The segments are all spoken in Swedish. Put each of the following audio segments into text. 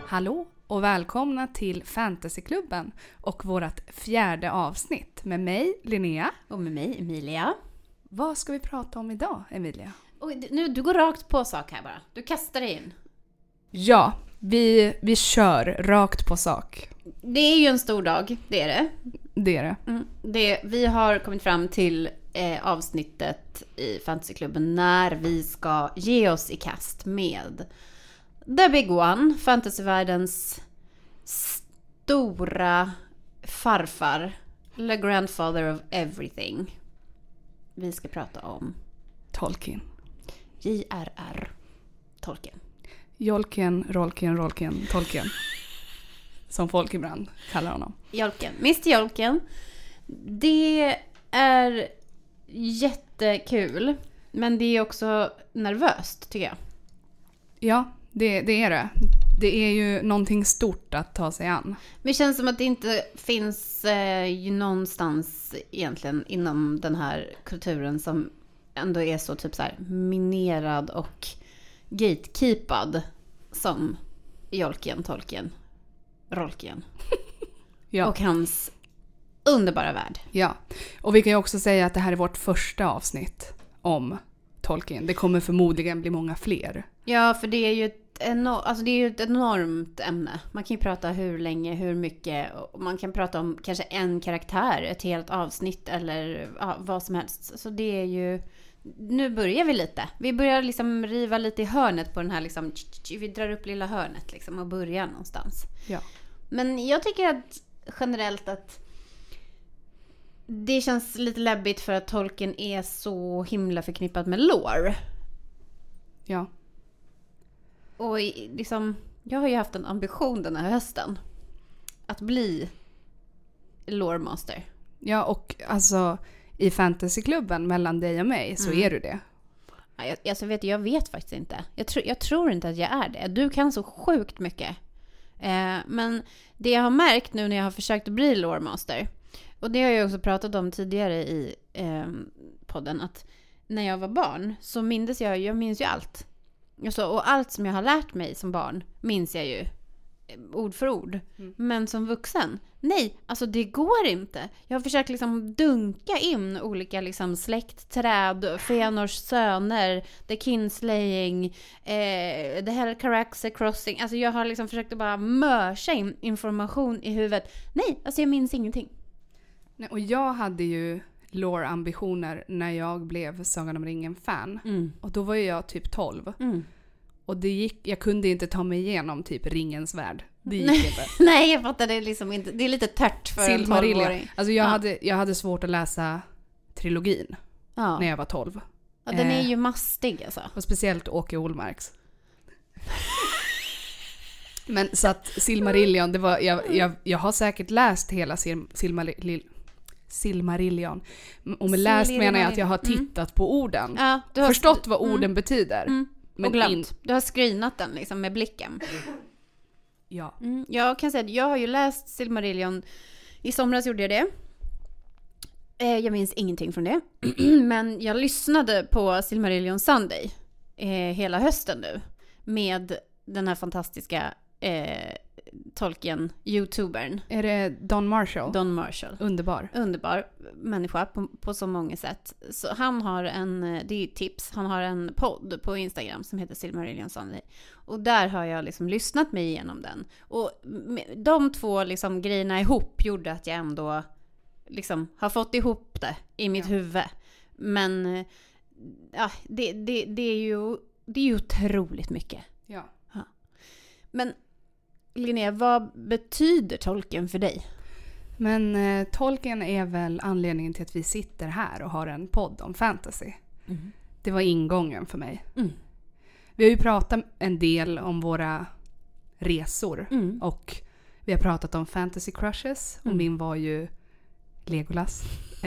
Hallå och välkomna till Fantasyklubben och vårt 4:e avsnitt med mig, Linnea. Och med mig, Emilia. Vad ska vi prata om idag, Emilia? Nu, du går rakt på sak här bara. Du kastar dig in. Ja, vi kör rakt på sak. Det är ju en stor dag, det är det. Det är det. Vi har kommit fram till avsnittet i Fantasyklubben när vi ska ge oss i kast med The Big One, fantasyvärldens stora farfar, the grandfather of everything. Vi ska prata om Tolkien. J.R.R. Tolkien. Jolkien, Rolkien, Tolkien. Som folk ibland kallar honom. Jolkien. Mr. Jolkien. Det är jättekul. Men det är också nervöst, tycker jag. Ja, det är det. Det är ju någonting stort att ta sig an. Men det känns som att det inte finns ju någonstans egentligen inom den här kulturen som ändå är så typ så här minerad och gatekeepad som Jolkien, Tolkien, Rolkien. Ja. Och hans underbara värld. Ja, och vi kan ju också säga att det här är vårt första avsnitt om Tolkien. Det kommer förmodligen bli många fler. Ja, för det är ju ett enormt ämne. Man kan ju prata hur länge, hur mycket. Och man kan prata om kanske en karaktär, ett helt avsnitt eller vad som helst. Så det är ju... Nu börjar vi lite. Vi börjar liksom riva lite i hörnet på den här liksom... Vi drar upp lilla hörnet liksom och börjar någonstans. Ja. Men jag tycker att generellt att det känns lite läbbigt för att Tolkien är så himla förknippat med lore. Ja. Och liksom, jag har ju haft en ambition den här hösten att bli lore master. Ja, och alltså i fantasyklubben mellan dig och mig så är du det. Jag vet faktiskt inte. Jag tror inte att jag är det. Du kan så sjukt mycket. Men det jag har märkt nu när jag har försökt att bli lore master, och det har jag också pratat om tidigare i podden, att när jag var barn så minns jag minns ju allt. Och allt som jag har lärt mig som barn minns jag ju ord för ord. Men som vuxen, nej, alltså det går inte. Jag har försökt liksom dunka in olika liksom släktträd, Fëanors söner, The Kinslaying, The Helcaraxe Crossing. Alltså jag har liksom försökt att bara mörsa in information i huvudet. Nej, alltså jag minns ingenting. Nej, och jag hade ju lore-ambitioner när jag blev Sagan om ringen-fan. Och då var ju jag typ 12. Och jag kunde inte ta mig igenom typ Ringens värld. Det gick inte. Nej, jag fattar det liksom inte. Det är lite tört för en 12-åring. Alltså jag hade svårt att läsa trilogin när jag var 12. Ja, den är ju mastig alltså. Och speciellt Åke Olmarks. Men så att Silmarillion, det var jag har säkert läst hela Silmarillion. Och med läst menar jag att jag har tittat på orden. Ja, du har förstått vad orden betyder. Men och glömt. Du har screenat den liksom med blicken. Ja. Jag kan säga att jag har ju läst Silmarillion. I somras gjorde jag det. Jag minns ingenting från det. Men jag lyssnade på Silmarillion Sunday hela hösten nu. Med den här fantastiska Tolkien-youtubern. Är det Don Marshall? Don Marshall. Underbar människa på så många sätt. Så han har det är ju tips, han har en podd på Instagram som heter Silmarillion Sunday. Och där har jag liksom lyssnat mig igenom den. Och de två liksom grejerna ihop gjorde att jag ändå liksom har fått ihop det i mitt huvud. Men ja, det är ju otroligt mycket. Ja. Men Linnea, vad betyder Tolkien för dig? Men Tolkien är väl anledningen till att vi sitter här och har en podd om fantasy. Det var ingången för mig. Vi har ju pratat en del om våra resor. Och vi har pratat om fantasy crushes. Och min var ju Legolas.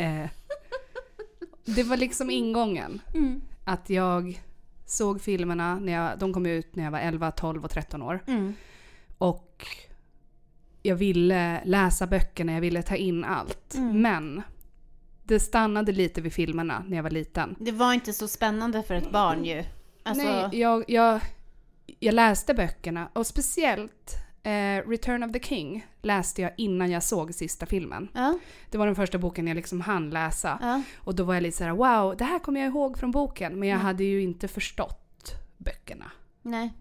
Det var liksom ingången. Att jag såg filmerna de kom ut när jag var 11, 12 och 13 år. Och jag ville läsa böckerna, jag ville ta in allt. Men det stannade lite vid filmerna när jag var liten. Det var inte så spännande för ett barn ju. Alltså... Nej, jag läste böckerna. Och speciellt Return of the King läste jag innan jag såg sista filmen. Ja. Det var den första boken jag liksom hann läsa. Ja. Och då var jag lite så här: wow, det här kommer jag ihåg från boken. Men jag hade ju inte förstått böckerna. Nej.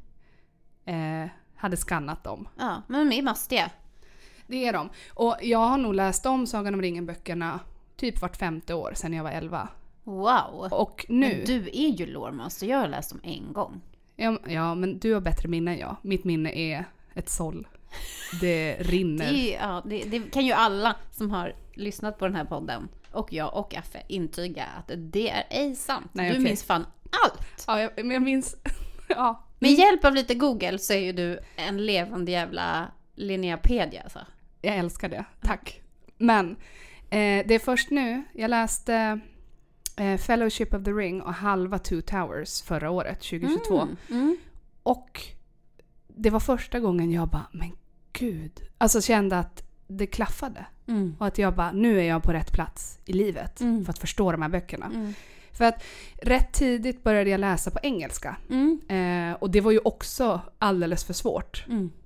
Hade skannat dem. Ja, men de är mastiga. Det är de. Och jag har nog läst om Sagan om ringen-böckerna typ vart 5:e år sedan jag var 11. Wow. Och nu... Men du är ju loremaster. Jag har läst dem en gång. Ja, men du har bättre minne än jag. Mitt minne är ett såll. Det rinner. Det kan ju alla som har lyssnat på den här podden och jag och Affe intyga att det är ej sant. Nej, du minns fan allt. Ja, men jag minns... ja. Med hjälp av lite Google så är ju du en levande jävla Linnéapedia alltså. Jag älskar det. Tack. Men det är först nu. Jag läste Fellowship of the Ring och halva Two Towers förra året, 2022. Och det var första gången jag bara, men gud. Alltså kände att det klaffade. Och att jag bara, nu är jag på rätt plats i livet för att förstå de här böckerna. För att rätt tidigt började jag läsa på engelska. Och det var ju också alldeles för svårt.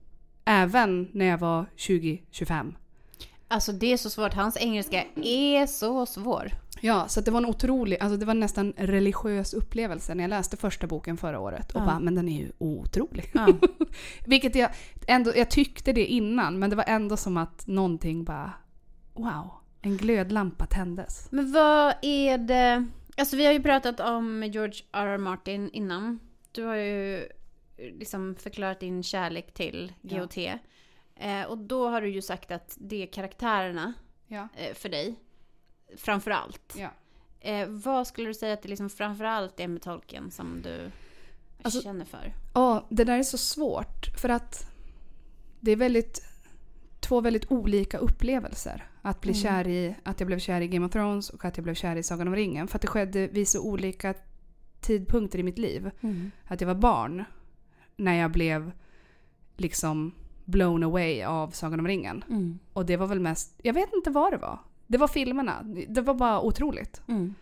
Även när jag var 20-25. Alltså det är så svårt. Hans engelska är så svår. Ja, så att det var en otrolig, alltså det var nästan religiös upplevelse när jag läste första boken förra året. Och bara, men den är ju otrolig. Ja. Vilket jag tyckte det innan, men det var ändå som att någonting bara, wow, en glödlampa tändes. Men vad är det, alltså vi har ju pratat om George R.R. Martin innan. Du har ju liksom förklarat din kärlek till GOT. Och då har du ju sagt att det är karaktärerna för dig. Framförallt. Ja. Vad skulle du säga att det liksom framförallt är med Tolkien som du känner för? Ja, det där är så svårt. För att det är två väldigt olika upplevelser. Att bli kär i, att jag blev kär i Game of Thrones och att jag blev kär i Sagan om ringen. För att det skedde vid så olika tidpunkter i mitt liv. Att jag var barn när jag blev liksom blown away av Sagan om ringen. Och det var väl mest, jag vet inte vad det var. Det var filmerna. Det var bara otroligt.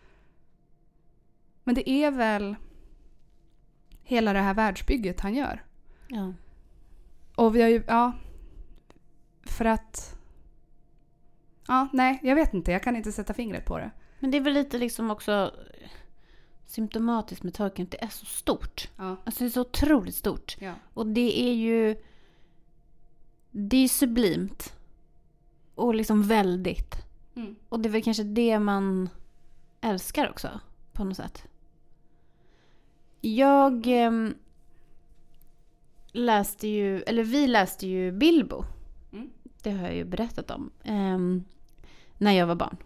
Men det är väl hela det här världsbygget han gör. Ja. Och vi har ju, för att nej, jag vet inte. Jag kan inte sätta fingret på det. Men det är väl lite liksom också symptomatiskt med Tolkien. Det är så stort. Ja. Alltså det är så otroligt stort. Ja. Och det är sublimt. Och liksom väldigt. Och det är väl kanske det man älskar också. På något sätt. Vi läste ju Bilbo. Det har jag ju berättat om. När jag var barn.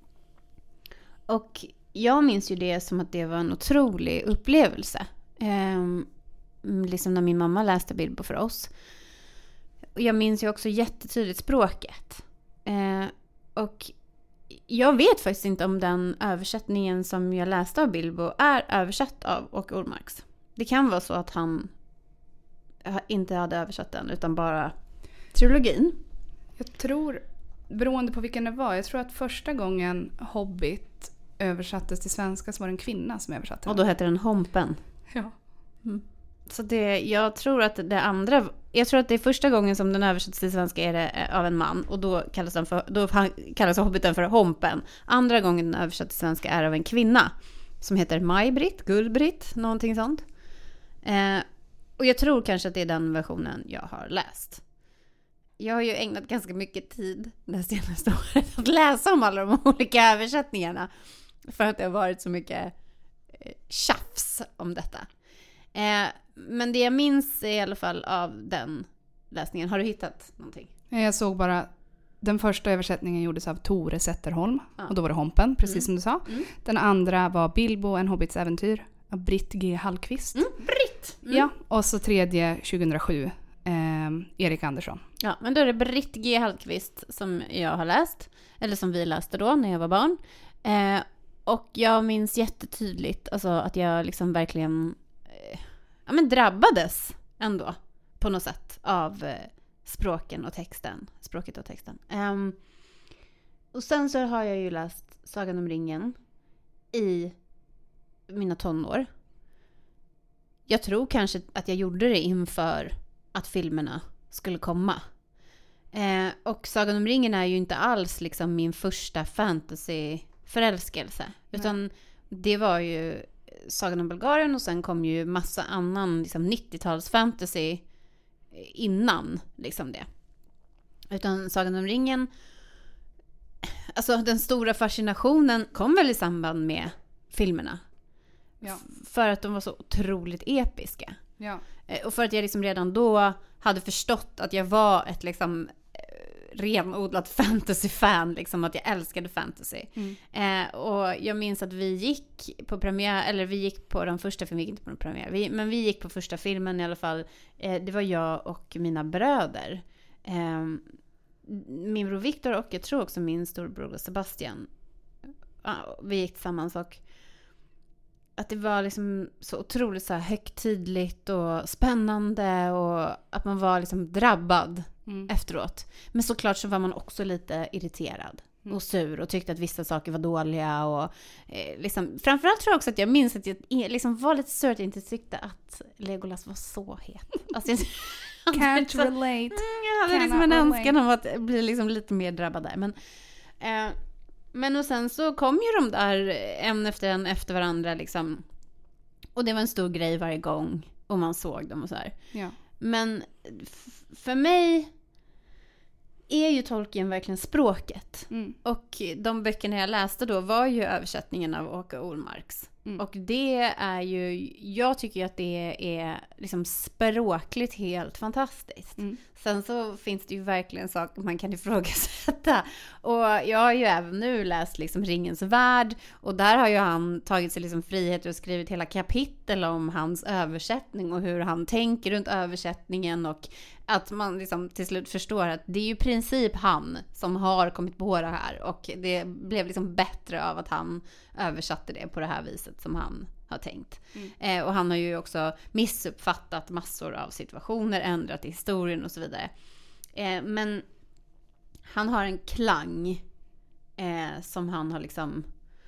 Och jag minns ju det som att det var en otrolig upplevelse. Liksom när min mamma läste Bilbo för oss. Och jag minns ju också jättetydligt språket. Och jag vet faktiskt inte om den översättningen som jag läste av Bilbo är översatt av Åke Ormarks. Det kan vara så att han inte hade översatt den utan bara trilogin. Jag tror, beroende på vilken det var, jag tror att första gången Hobbit översattes till svenska så var det en kvinna som översatte den. Och då heter den Hompen. Ja. Så jag tror att det är första gången som den översätts till svenska är det av en man och då kallas Hobbiten för Hompen. Andra gången den översätts till svenska är av en kvinna som heter Maj-Britt, Gull-Britt, någonting sånt. Och jag tror kanske att det är den versionen jag har läst. Jag har ju ägnat ganska mycket tid det senaste året att läsa om alla de olika översättningarna för att det har varit så mycket tjafs om detta. Men det jag minns i alla fall av den läsningen. Har du hittat någonting? Jag såg bara den första översättningen gjordes av Tore Zetterholm. Och då var det Hompen, precis som du sa. Den andra var Bilbo, en hobbits äventyr av Britt G. Hallqvist. Britt! Ja, och så tredje 2007 Erik Andersson. Ja, men då är det Britt G. Hallqvist som jag har läst. Eller som vi läste då när jag var barn. Och jag minns jättetydligt alltså, att jag liksom verkligen drabbades ändå på något sätt av språket och texten. Och sen så har jag ju läst Sagan om ringen i mina tonår. Jag tror kanske att jag gjorde det inför att filmerna skulle komma. Och Sagan om ringen är ju inte alls liksom min första fantasy-förälskelse. Utan det var ju Sagan om Bulgarien och sen kom ju massa annan liksom 90-tals fantasy innan liksom det. Utan Sagan om ringen, alltså den stora fascinationen kom väl i samband med filmerna. Ja. För att de var så otroligt episka. Ja. Och för att jag liksom redan då hade förstått att jag var ett liksom renodlat fantasy-fan, liksom att jag älskade fantasy. Och jag minns att vi gick på premiär, eller vi gick på den första filmen, vi gick inte på den premiär, men vi gick på första filmen i alla fall. Det var jag och mina bröder. Min bror Victor och jag tror också min storbror Sebastian. Vi gick tillsammans och att det var liksom så otroligt så här högtidligt och spännande och att man var liksom drabbad efteråt. Men såklart så var man också lite irriterad och sur och tyckte att vissa saker var dåliga och liksom, framförallt tror jag också att jag minns att jag liksom var lite sur att jag inte tyckte att Legolas var så het. Alltså Can't relate. Jag hade liksom en önskan om att bli liksom lite mer drabbad där. Men och sen så kom ju de där en efter varandra liksom. Och det var en stor grej varje gång. Och man såg dem och så här. Ja. Men för mig är ju Tolkien verkligen språket. Och de böckerna jag läste då var ju översättningen av Åke Ormarks. Och det är ju, jag tycker ju att det är liksom språkligt helt fantastiskt. Sen så finns det ju verkligen saker man kan ifrågasätta. Och jag har ju även nu läst liksom Ringens värld. Och där har ju han tagit sig liksom frihet och skrivit hela kapitel om hans översättning. Och hur han tänker runt översättningen. Och att man liksom till slut förstår att det är ju i princip han som har kommit på det här. Och det blev liksom bättre av att han översatte det på det här viset som han har tänkt. Och han har ju också missuppfattat massor av situationer, ändrat i historien och så vidare. Men han har en klang som han har liksom,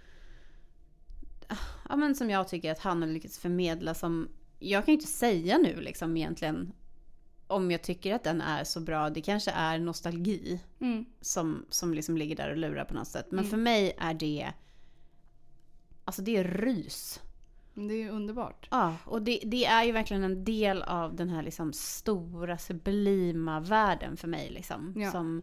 ja, men som jag tycker att han har lyckats förmedla, som jag kan ju inte säga nu liksom egentligen om jag tycker att den är så bra. Det kanske är nostalgi som liksom ligger där och lurar på något sätt. Men för mig är det, alltså det är rys. Det är ju underbart. Ja, och det är ju verkligen en del av den här liksom stora, sublima världen för mig liksom. Ja. Som,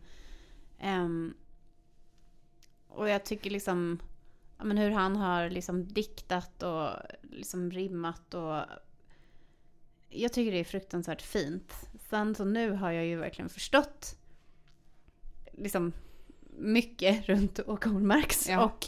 och jag tycker liksom, ja, men hur han har liksom diktat och liksom rimmat, och jag tycker det är fruktansvärt fint. Sen så nu har jag ju verkligen förstått liksom mycket runt Åke Ormarks och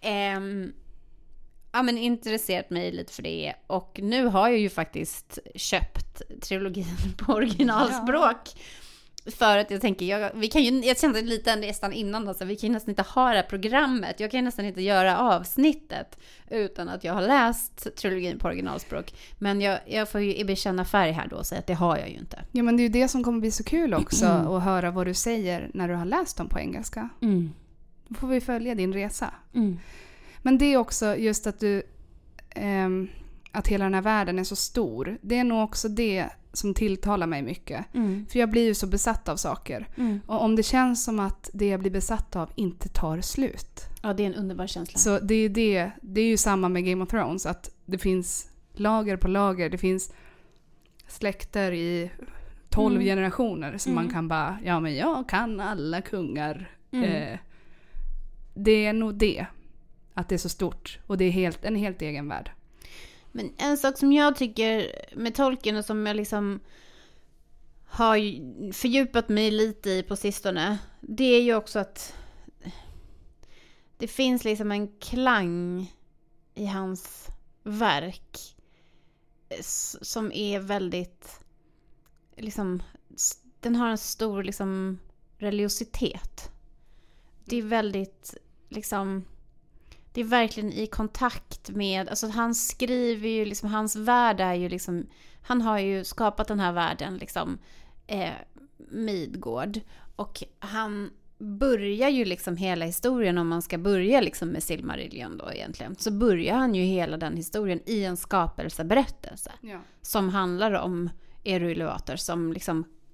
ja, men intresserat mig lite för det. Och nu har jag ju faktiskt köpt trilogin på originalspråk. Ja. För att jag tänker, jag kände lite nästan innan, alltså, vi kan ju nästan inte ha det här programmet. Jag kan ju nästan inte göra avsnittet utan att jag har läst trilogin på originalspråk. Men jag får ju bekänna färg här då och säga att det har jag ju inte. Ja, men det är ju det som kommer bli så kul också, att höra vad du säger när du har läst dem på engelska. Då får vi följa din resa. Men det är också just att du att hela den här världen är så stor. Det är nog också det som tilltalar mig mycket. För jag blir ju så besatt av saker. Och om det känns som att det jag blir besatt av inte tar slut. Ja, det är en underbar känsla. Så det är ju samma med Game of Thrones. Att det finns lager på lager. Det finns släkter i 12 generationer. Som man kan bara, ja men jag kan alla kungar. Det är nog det. Att det är så stort. Och det är en helt egen värld. Men en sak som jag tycker med Tolkien och som jag liksom har fördjupat mig lite i på sistone, det är ju också att det finns liksom en klang i hans verk som är väldigt liksom, den har en stor liksom religiositet. Det är väldigt liksom, det är verkligen i kontakt med, alltså han skriver ju liksom, hans värld är ju liksom, han har ju skapat den här världen liksom, Midgård, och han börjar ju liksom hela historien, om man ska börja liksom med Silmarillion då egentligen, så börjar han ju hela den historien i en skapelseberättelse som handlar om Eru Ilúvatar som liksom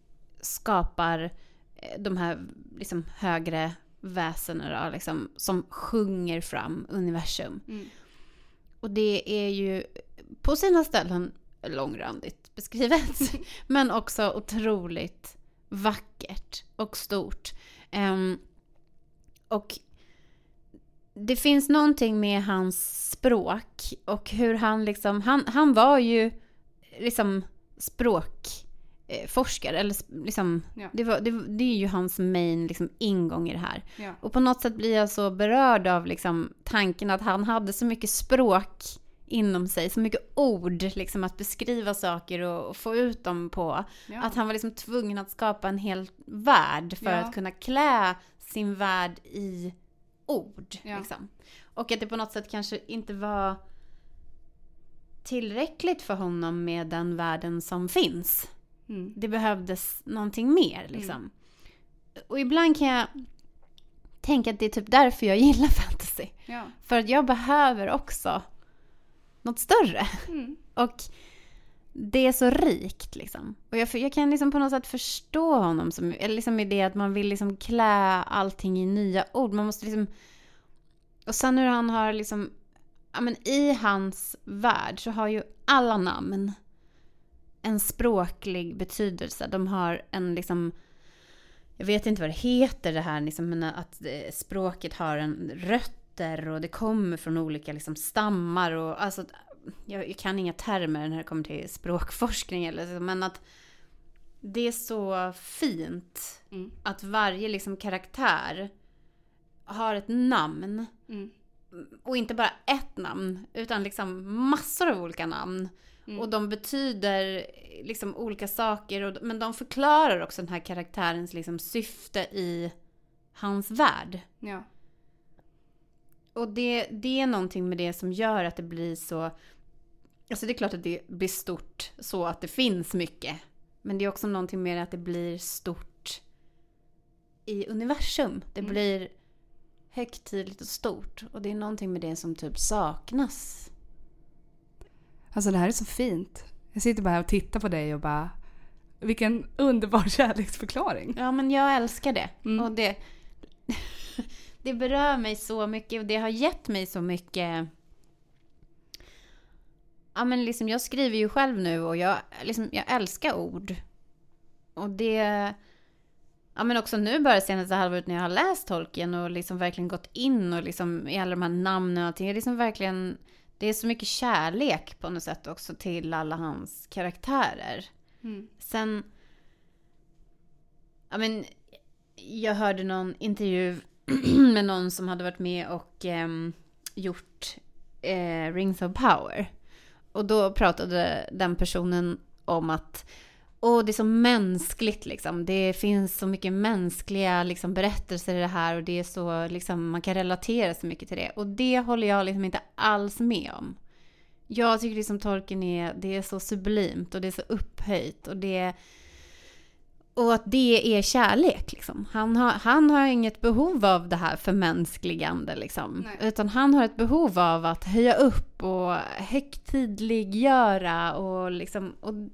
skapar de här liksom högre väsenerna liksom, som sjunger fram universum. Och det är ju på sina ställen långrandigt beskrivet men också otroligt vackert och stort. Och det finns någonting med hans språk och hur han liksom, han var ju liksom språkforskare eller liksom, det är ju hans main liksom ingång i det här. Ja. Och på något sätt blir jag så berörd av liksom tanken att han hade så mycket språk inom sig, så mycket ord liksom att beskriva saker och få ut dem på. Ja. Att han var liksom tvungen att skapa en hel värld för att kunna klä sin värld i ord. Ja. Liksom. Och att det på något sätt kanske inte var tillräckligt för honom med den världen som finns. Det behövdes någonting mer liksom. Och ibland kan jag tänka att det är typ därför jag gillar fantasy. Ja. För att jag behöver också något större. Och det är så rikt liksom. Och jag kan liksom på något sätt förstå honom som, eller liksom i det att man vill liksom klä allting i nya ord. Man måste liksom, och sen hur han har liksom, ja men i hans värld så har ju alla namn en språklig betydelse. De har en liksom, jag vet inte vad det heter det här liksom, men att språket har en rötter och det kommer från olika liksom stammar och alltså jag kan inga termer när det kommer till språkforskning eller så, men att det är så fint att varje liksom karaktär har ett namn och inte bara ett namn utan liksom massor av olika namn och de betyder liksom olika saker men de förklarar också den här karaktärens liksom syfte i hans värld. Ja. Och det är någonting med det som gör att det blir så, alltså det är klart att det blir stort så att det finns mycket, men det är också någonting med att det blir stort i universum. Det blir högtidligt och stort och det är någonting med det som typ saknas. Alltså det här är så fint. Jag sitter bara här och tittar på dig och bara, vilken underbar kärleksförklaring. Ja, men jag älskar det. Och det berör mig så mycket och det har gett mig så mycket. Ja, men liksom jag skriver ju själv nu och jag älskar ord. Och det, ja men också nu bara senaste halvåret när jag har läst Tolkien och liksom verkligen gått in och liksom i alla de här namnen och allting, liksom verkligen, det är så mycket kärlek på något sätt också till alla hans karaktärer. Sen, ja men jag hörde någon intervju med någon som hade varit med och gjort Rings of Power. Och då pratade den personen om att det är så mänskligt liksom. Det finns så mycket mänskliga liksom, berättelser i det här och det är så liksom, man kan relatera så mycket till det. Och det håller jag liksom inte alls med om. Jag tycker liksom Tolkien det är så sublimt och det är så upphöjt och att det är kärlek liksom. Han har inget behov av det här förmänskligande liksom. Utan han har ett behov av att höja upp och högtidliggöra och liksom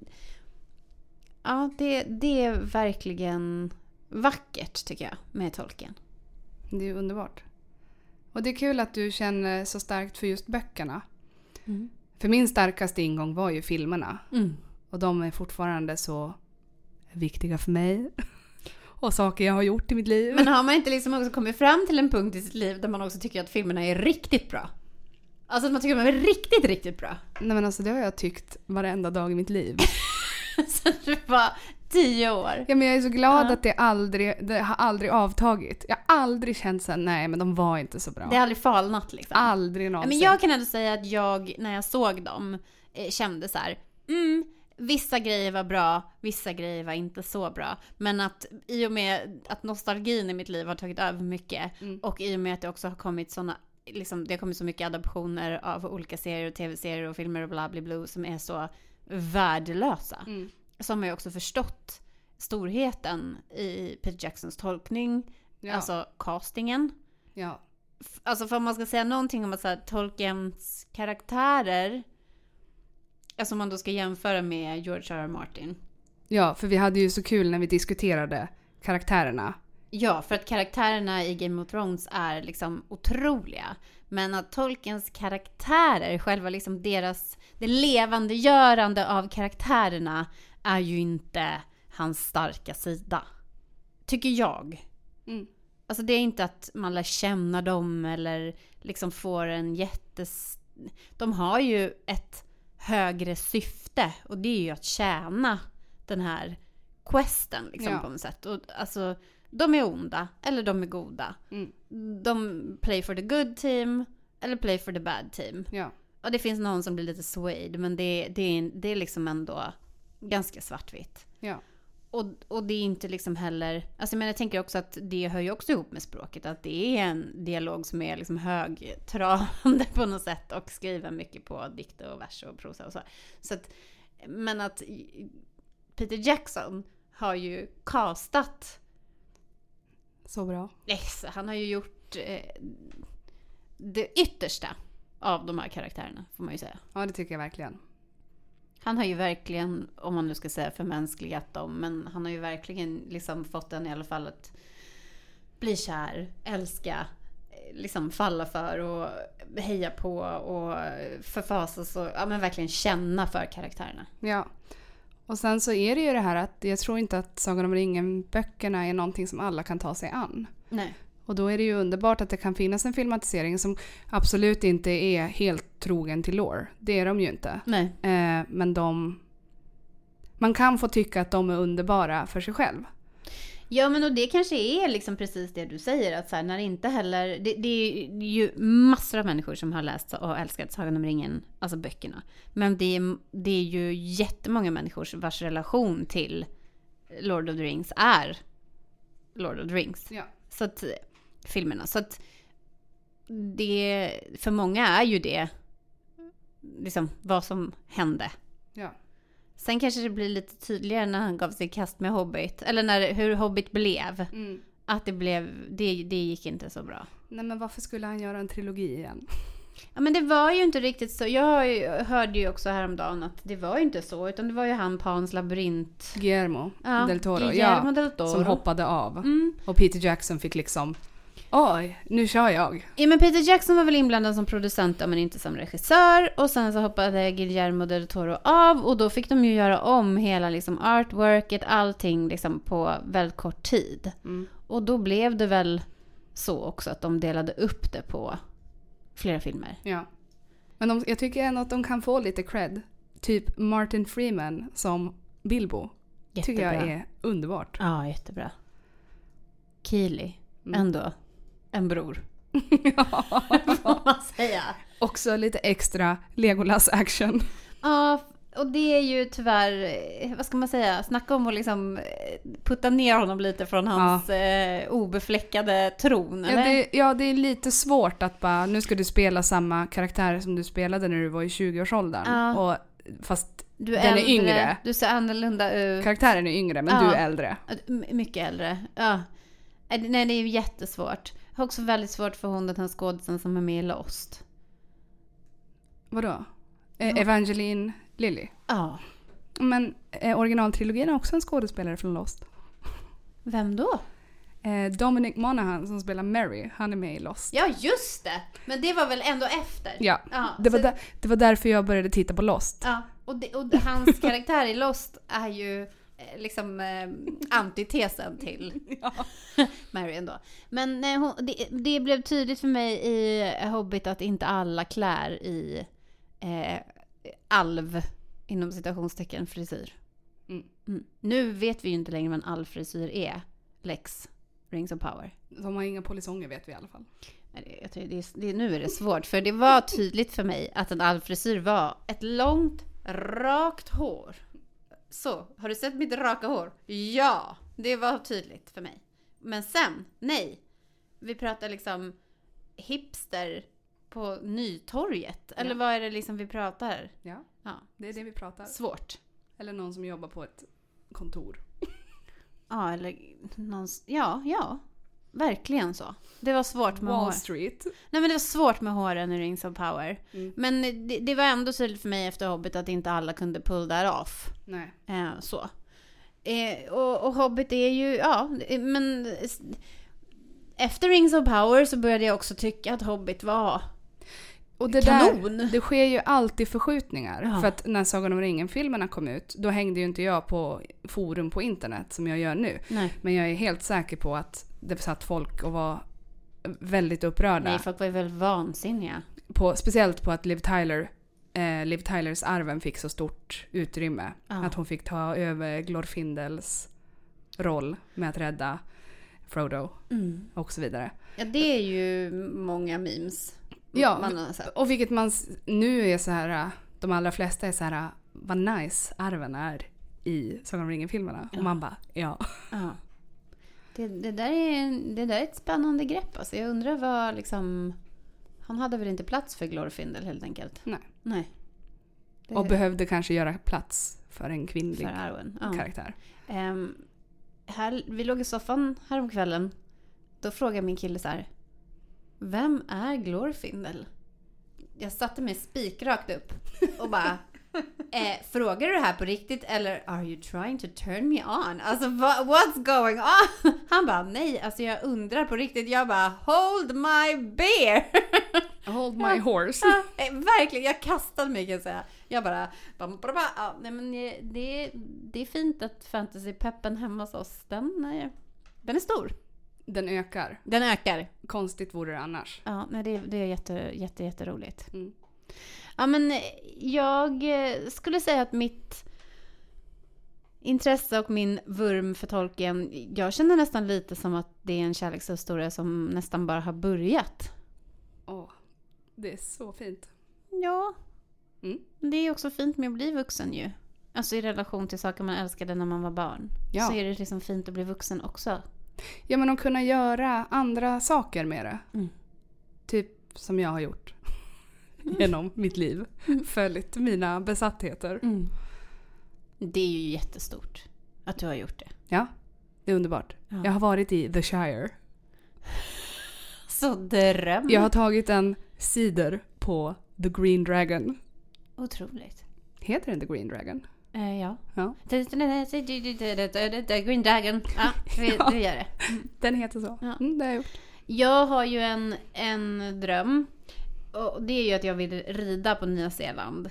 ja, det är verkligen vackert tycker jag med Tolkien. Det är underbart. Och det är kul att du känner så starkt för just böckerna. För min starkaste ingång var ju filmerna. Och de är fortfarande så viktiga för mig. Och saker jag har gjort i mitt liv. Men har man inte liksom också kommit fram till en punkt i sitt liv där man också tycker att filmerna är riktigt bra? Alltså att man tycker att de är riktigt, riktigt bra. Nej men alltså det har jag tyckt varenda dag i mitt liv. Så du var 10 år. Ja men jag är så glad att det har aldrig avtagit. Jag har aldrig känt så här, nej men de var inte så bra. Det har aldrig falnat liksom. Aldrig någonsin. Men jag kan ändå säga att jag, när jag såg dem, kände så här, vissa grejer var bra, vissa grejer var inte så bra. Men att i och med att nostalgin i mitt liv har tagit över mycket och i och med att det också har kommit såna liksom, det har kommit så mycket adaptioner av olika serier och tv-serier och filmer och bla bla bla som är så värdelösa. Så har man ju också förstått storheten i Peter Jacksons tolkning, alltså castingen. Ja. Alltså för om man ska säga någonting om att så här, Tolkiens karaktärer, alltså om man då ska jämföra med George R. R. Martin, Ja, för vi hade ju så kul när vi diskuterade karaktärerna. Ja, för att karaktärerna i Game of Thrones är liksom otroliga. Men att Tolkiens karaktärer, själva liksom det levandegörande av karaktärerna är ju inte hans starka sida. Tycker jag. Mm. Alltså det är inte att man lär känna dem eller liksom får en De har ju ett högre syfte och det är ju att tjäna den här questen liksom på något sätt. Och alltså de är onda eller de är goda. Mm. De play for the good team eller play for the bad team. Ja. Och det finns någon som blir lite swayed, men det är liksom ändå ganska svartvitt. Ja. Och det är inte liksom heller... Alltså men jag tänker också att det hör ju också ihop med språket. Att det är en dialog som är liksom högtravande på något sätt. Och skriver mycket på dikt och vers och prosa och så. Så att, men att Peter Jackson har ju castat... Så bra. Yes, han har ju gjort det yttersta av de här karaktärerna, får man ju säga. Ja, det tycker jag verkligen. Han har ju verkligen, om man nu ska säga förmänskligat dem, men han har ju verkligen liksom fått den i alla fall att bli kär, älska, liksom falla för och heja på och förfasas och ja, men verkligen känna för karaktärerna. Ja, och sen så är det ju det här att jag tror inte att Sagan om ringen-böckerna är någonting som alla kan ta sig an. Nej. Och då är det ju underbart att det kan finnas en filmatisering som absolut inte är helt trogen till lore. Det är de ju inte. Nej. Men man kan få tycka att de är underbara för sig själv. Ja, men och det kanske är liksom precis det du säger. Att så här, när inte heller... Det är ju massor av människor som har läst och älskat Sagan om ringen, alltså böckerna. Men det är ju jättemånga människor vars relation till Lord of the Rings är Lord of the Rings. Ja. Så att filmerna. Så att det för många är ju det liksom vad som hände. Ja. Sen kanske det blir lite tydligare när han gav sig i kast med Hobbit. Eller hur Hobbit blev. Mm. Att det gick inte så bra. Nej, men varför skulle han göra en trilogi igen? Ja, men det var ju inte riktigt så. Jag hörde ju också häromdagen att det var ju inte så. Utan det var ju han Pans labyrint. Guillermo del Toro. Del Toro. Som hoppade av. Mm. Och Peter Jackson fick liksom... Oj, nu kör jag. Ja, men Peter Jackson var väl inblandad som producent men inte som regissör. Och sen så hoppade Guillermo del Toro av. Och då fick de ju göra om hela liksom artworket, allting liksom på väldigt kort tid. Mm. Och då blev det väl så också att de delade upp det på flera filmer. Ja. Men jag tycker ändå att de kan få lite cred. Typ Martin Freeman som Bilbo. Jättebra. Tycker jag är underbart. Ja, jättebra. Keely, ändå. En bror. Ja, får man säga. Också lite extra Legolas action. Ja, och det är ju tyvärr, vad ska man säga, snacka om att liksom putta ner honom lite från hans obefläckade tron, eller? Det är lite svårt att bara, nu ska du spela samma karaktär som du spelade när du var i 20-årsåldern. Ja. Och fast du den är yngre. Du ser annorlunda ut. Karaktären är yngre, men du är äldre. Mycket äldre, ja. Nej, det är ju jättesvårt. Jag har också väldigt svårt för den här skådisen som är med i Lost. Vadå? Evangeline Lilly? Ja. Men originaltrilogin är också en skådespelare från Lost. Vem då? Dominic Monaghan som spelar Mary. Han är med i Lost. Ja, just det. Men det var väl ändå efter? Ja. Det var därför jag började titta på Lost. Ja, och hans karaktär i Lost är ju... liksom antitesen till Mary ändå. Men det blev tydligt för mig i Hobbit att inte alla klär i alv inom citationstecken frisyr. Nu vet vi ju inte längre vad en alvfrisyr är. Lex Rings of Power. De har inga polisonger, vet vi i alla fall. Jag tror nu är det svårt, för det var tydligt för mig att en alvfrisyr var ett långt rakt hår. Så, har du sett mitt raka hår? Ja, det var tydligt för mig. Men sen, nej. Vi pratar liksom hipster på Nytorget. Eller vad är det liksom vi pratar? Ja, det är det vi pratar. Svårt. Eller någon som jobbar på ett kontor. Ja, eller någon... Ja. Verkligen så. Det var svårt med Wall Street. Nej, men det var svårt med håren i Rings of Power. Men det var ändå tydligt för mig efter Hobbit att inte alla kunde pull that off. Nej. Så. Och Hobbit är ju, ja, men efter Rings of Power så började jag också tycka att Hobbit var och det kanon. Det sker ju alltid förskjutningar. Ja. För att när Sagan om ringen-filmerna kom ut, då hängde ju inte jag på forum på internet som jag gör nu. Nej. Men jag är helt säker på att det satt folk och var väldigt upprörda. Nej, folk var ju väldigt vansinniga. Speciellt på att Liv Tylers arven fick så stort utrymme. Att hon fick ta över Glorfindels roll med att rädda Frodo och så vidare. Ja, det är ju många memes. Ja, man har sett. och vilket man nu är så här, de allra flesta är så här, vad nice arven är i Sagan om ringen-filmerna. Och man bara, ja. Det där är ett spännande grepp. Alltså, jag undrar vad liksom... Han hade väl inte plats för Glorfindel helt enkelt? Nej. Och behövde kanske göra plats för en kvinnlig för Arwen. karaktär. Vi låg i soffan häromkvällen. Då frågade min kille så här: vem är Glorfindel? Jag satte mig spikrakt upp och bara frågar du det här på riktigt eller are you trying to turn me on? Alltså what's going on? Han bara nej, alltså jag undrar på riktigt. Jag bara hold my beer. Hold my horse. Verkligen, jag kastade mig kan jag säga. Jag bara nej men det är fint att fantasypeppen hemma hos oss den är stor. Den ökar. Konstigt vore det annars. Ja, nej, det är jätteroligt. Ja, men jag skulle säga att mitt intresse och min vurm för Tolkien, jag känner nästan lite som att det är en kärlekshistoria som nästan bara har börjat. Det är så fint. Ja. Det är också fint med att bli vuxen ju. Alltså i relation till saker man älskade när man var barn. Ja. Så är det liksom fint att bli vuxen också. Ja, men att kunna göra andra saker med det. Typ som jag har gjort genom mitt liv. Följt mina besattheter. Det är ju jättestort att du har gjort det. Ja, det är underbart. Ja. Jag har varit i The Shire. Så dröm. Jag har tagit en cider på The Green Dragon. Otroligt. Heter den The Green Dragon? Ja. The Green Dragon. Ja, vi gör det. Den heter så. Ja. Det har jag gjort. Jag har ju en dröm. Och det är ju att jag vill rida på Nya Zeeland.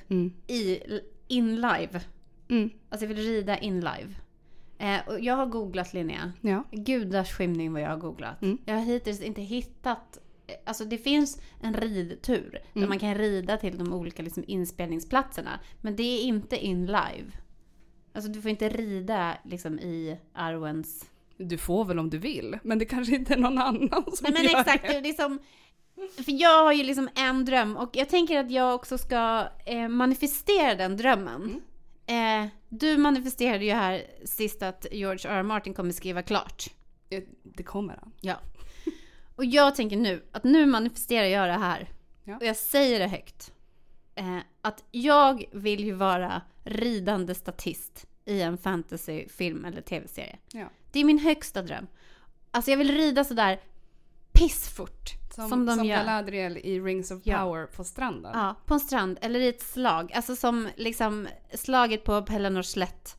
In live. Alltså jag vill rida in live. Och jag har googlat, Linnea. Ja. Gudars skymning vad jag har googlat. Jag har hittills inte hittat... Alltså det finns en ridtur där man kan rida till de olika liksom inspelningsplatserna. Men det är inte in live. Alltså du får inte rida liksom i Arwens... Du får väl om du vill. Men det kanske inte är någon annan som Nej, men gör exakt, det. Liksom, för jag har ju liksom en dröm. Och jag tänker att jag också ska manifestera den drömmen. Du manifesterade ju här sist att George R. R. Martin kommer skriva klart. Det kommer han. Ja. Och jag tänker nu att nu manifesterar jag det här. Ja. Och jag säger det högt. Att jag vill ju vara ridande statist i en fantasyfilm eller tv-serie. Ja. Det är min högsta dröm. Alltså jag vill rida så där pissfort. Som Galadriel i Rings of Power på stranden. Ja, på en strand. Eller i ett slag. Alltså som liksom slaget på Pelennors slätt.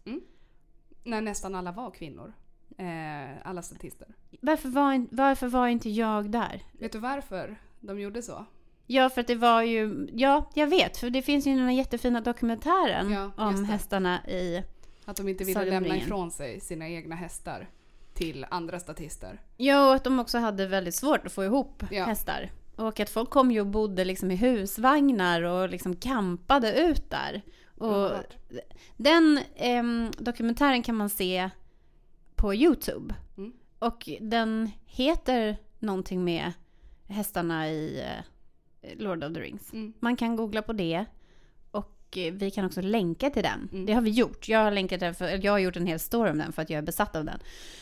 När nästan alla var kvinnor. Alla statister. Varför var inte jag där? Vet du varför de gjorde så? Ja, för att det var ju... Ja, jag vet. För det finns ju den jättefina dokumentären om hästarna i... Att de inte ville lämna ifrån sig sina egna hästar till andra statister. Ja, och att de också hade väldigt svårt att få ihop hästar. Och att folk kom ju och bodde liksom i husvagnar och liksom campade ut där. Och den dokumentären kan man se på YouTube. Och den heter någonting med hästarna i Lord of the Rings. Man kan googla på det. Och vi kan också länka till den. Det har vi gjort. Jag har länkat den jag har gjort en hel story om den för att jag är besatt av den.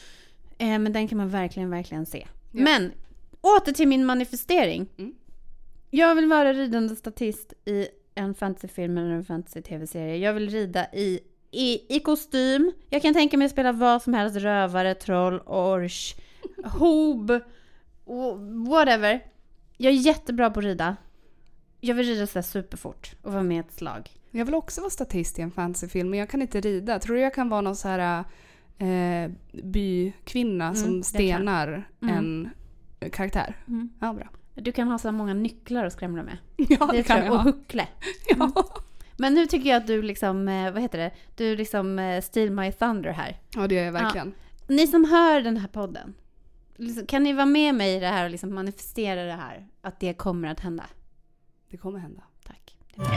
Men den kan man verkligen se. Ja. Men åter till min manifestering. Jag vill vara ridande statist i en fantasyfilm eller en fantasy-tv-serie. Jag vill rida i kostym. Jag kan tänka mig att spela vad som helst. Rövare, troll, orch, hob, whatever. Jag är jättebra på att rida. Jag vill rida så superfort och vara med i ett slag. Jag vill också vara statist i en fantasyfilm, men jag kan inte rida. Tror du jag kan vara någon så här bykvinna som stenar en karaktär. Ja, bra. Du kan ha så många nycklar att skrämma med. Ja, det kan jag. Och huckle. Ja. Men nu tycker jag att du liksom, vad heter det? Du liksom steal my thunder här. Ja, det gör jag verkligen. Ja. Ni som hör den här podden, liksom, kan ni vara med mig i det här och liksom manifestera det här? Att det kommer att hända? Det kommer hända. Tack.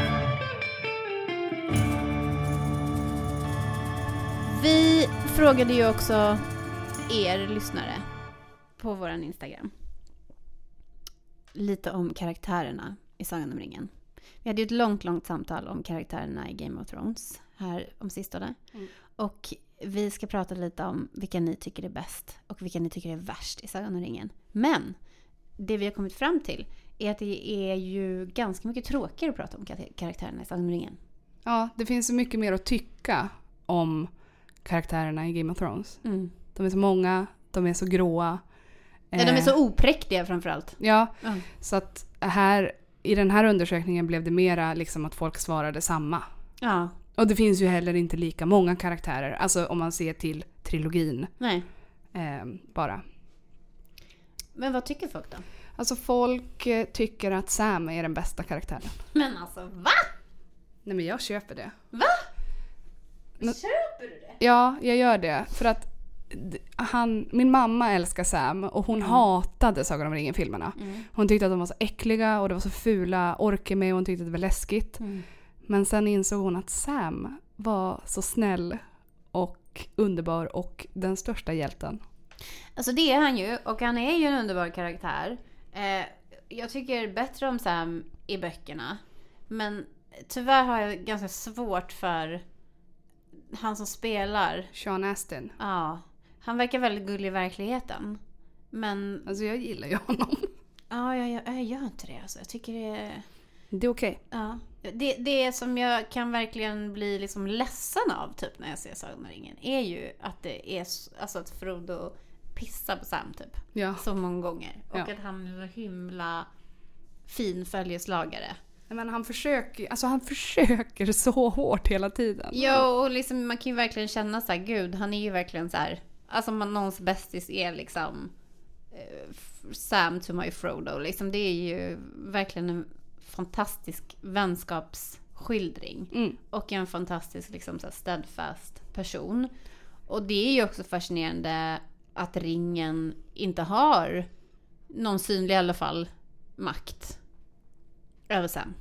Vi frågade ju också er lyssnare på våran Instagram lite om karaktärerna i Sagan om ringen. Vi hade ju ett långt samtal om karaktärerna i Game of Thrones här om sistone. Och vi ska prata lite om vilka ni tycker är bäst och vilka ni tycker är värst i Sagan om ringen. Men det vi har kommit fram till är att det är ju ganska mycket tråkigare att prata om karaktärerna i Sagan om ringen. Ja, det finns så mycket mer att tycka om karaktärerna i Game of Thrones. De är så många, de är så gråa. Ja, de är så opräktiga framförallt. Ja, så att här i den här undersökningen blev det mera liksom att folk svarade samma. Ja. Och det finns ju heller inte lika många karaktärer. Alltså om man ser till trilogin. Nej. Bara. Men vad tycker folk då? Alltså folk tycker att Sam är den bästa karaktären. Men alltså, va? Nej, men jag köper det. Va? Köper du det? Ja, jag gör det. För att min mamma älskar Sam och hon hatade Sagan om ringen-filmerna. Hon tyckte att de var så äckliga och det var så fula orker med och hon tyckte att det var läskigt. Men sen insåg hon att Sam var så snäll och underbar och den största hjälten. Alltså det är han ju, och han är ju en underbar karaktär. Jag tycker bättre om Sam i böckerna. Men tyvärr har jag ganska svårt för han som spelar. Sean Astin. Ja, han verkar väldigt gullig i verkligheten. Men alltså jag gillar ju honom. Ja, jag gör inte det. Alltså. Jag tycker det är okej. Ja. Det som jag kan verkligen bli liksom ledsen av typ när jag ser Sagan om ringen är ju att det är alltså att Frodo pissar på Sam typ. Ja. Så många gånger. Och att han är så himla fin följeslagare. Men han försöker så hårt hela tiden. Ja, och liksom, man kan ju verkligen känna så här, gud, han är ju verkligen så här, alltså någons bästis är liksom Sam to my Frodo. Liksom, det är ju verkligen en fantastisk vänskapsskildring. Och en fantastisk liksom, så här, steadfast person. Och det är ju också fascinerande att ringen inte har någon synlig i alla fall makt över Sam.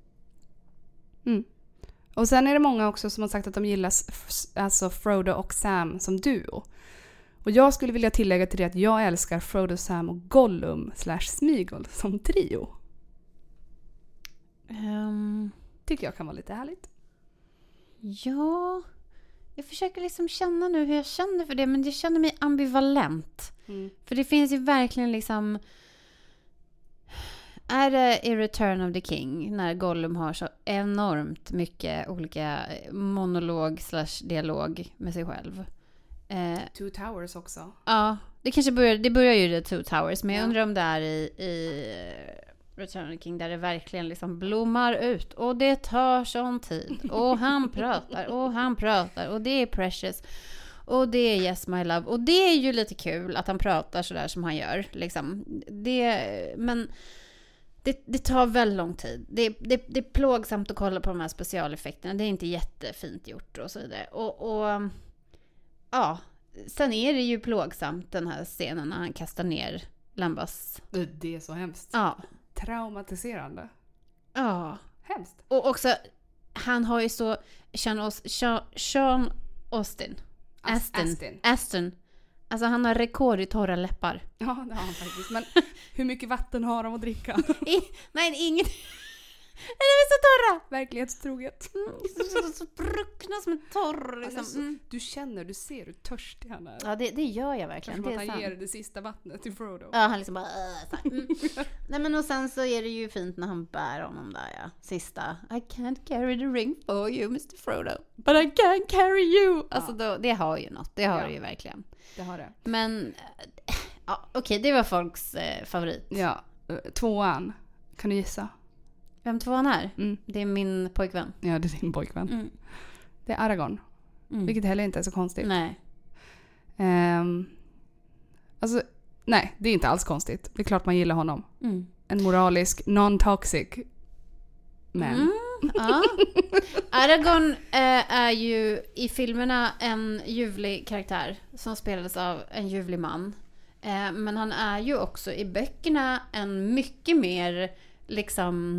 Och sen är det många också som har sagt att de gillar alltså Frodo och Sam som duo. Och jag skulle vilja tillägga till det att jag älskar Frodo, Sam och Gollum /Smeagol som trio. Tycker jag kan vara lite härligt. Ja, jag försöker liksom känna nu hur jag känner för det, men jag känner mig ambivalent. För det finns ju verkligen liksom, är det i Return of the King när Gollum har så enormt mycket olika monolog/dialog med sig själv. Two Towers också. Ja, det börjar ju i Two Towers, men jag undrar om det är i Return of the King där det verkligen liksom blommar ut och det tar sån tid och han pratar och det är precious och det är yes my love och det är ju lite kul att han pratar så där som han gör liksom. Men det tar väldigt lång tid. Det är plågsamt att kolla på de här specialeffekterna. Det är inte jättefint gjort och så vidare. Och ja, sen är det ju plågsamt den här scenen när han kastar ner Lambas. Det är så hemskt. Ja. Traumatiserande. Ja. Hemskt. Och också, han har ju så Sean Astin. Alltså han har rekord i torra läppar. Ja, det har han faktiskt. Men hur mycket vatten har de att dricka? Nej, inget. De är så torra. Verklighetstroget. Så bruckna som en torr. Liksom. Alltså, du ser hur törstig han är. Ja, det gör jag verkligen. Det är han ger det sista vattnet till Frodo. Ja, han liksom bara... Nej, men och sen så är det ju fint när han bär honom där, ja. Sista. I can't carry the ring for you, Mr. Frodo. But I can carry you. Alltså, det har ju något. Det har det ju verkligen. Det har det. Men, ja, okej, det var folks favorit. Ja, 2:an. Kan du gissa? Vem 2:an är? Det är min pojkvän. Ja, det är din pojkvän. Det är Aragorn. Vilket heller inte är så konstigt. Nej. Alltså, nej, det är inte alls konstigt. Det är klart man gillar honom. En moralisk, non-toxic man. Ja. Aragorn är ju i filmerna en ljuvlig karaktär som spelades av en ljuvlig man. Men han är ju också i böckerna en mycket mer liksom...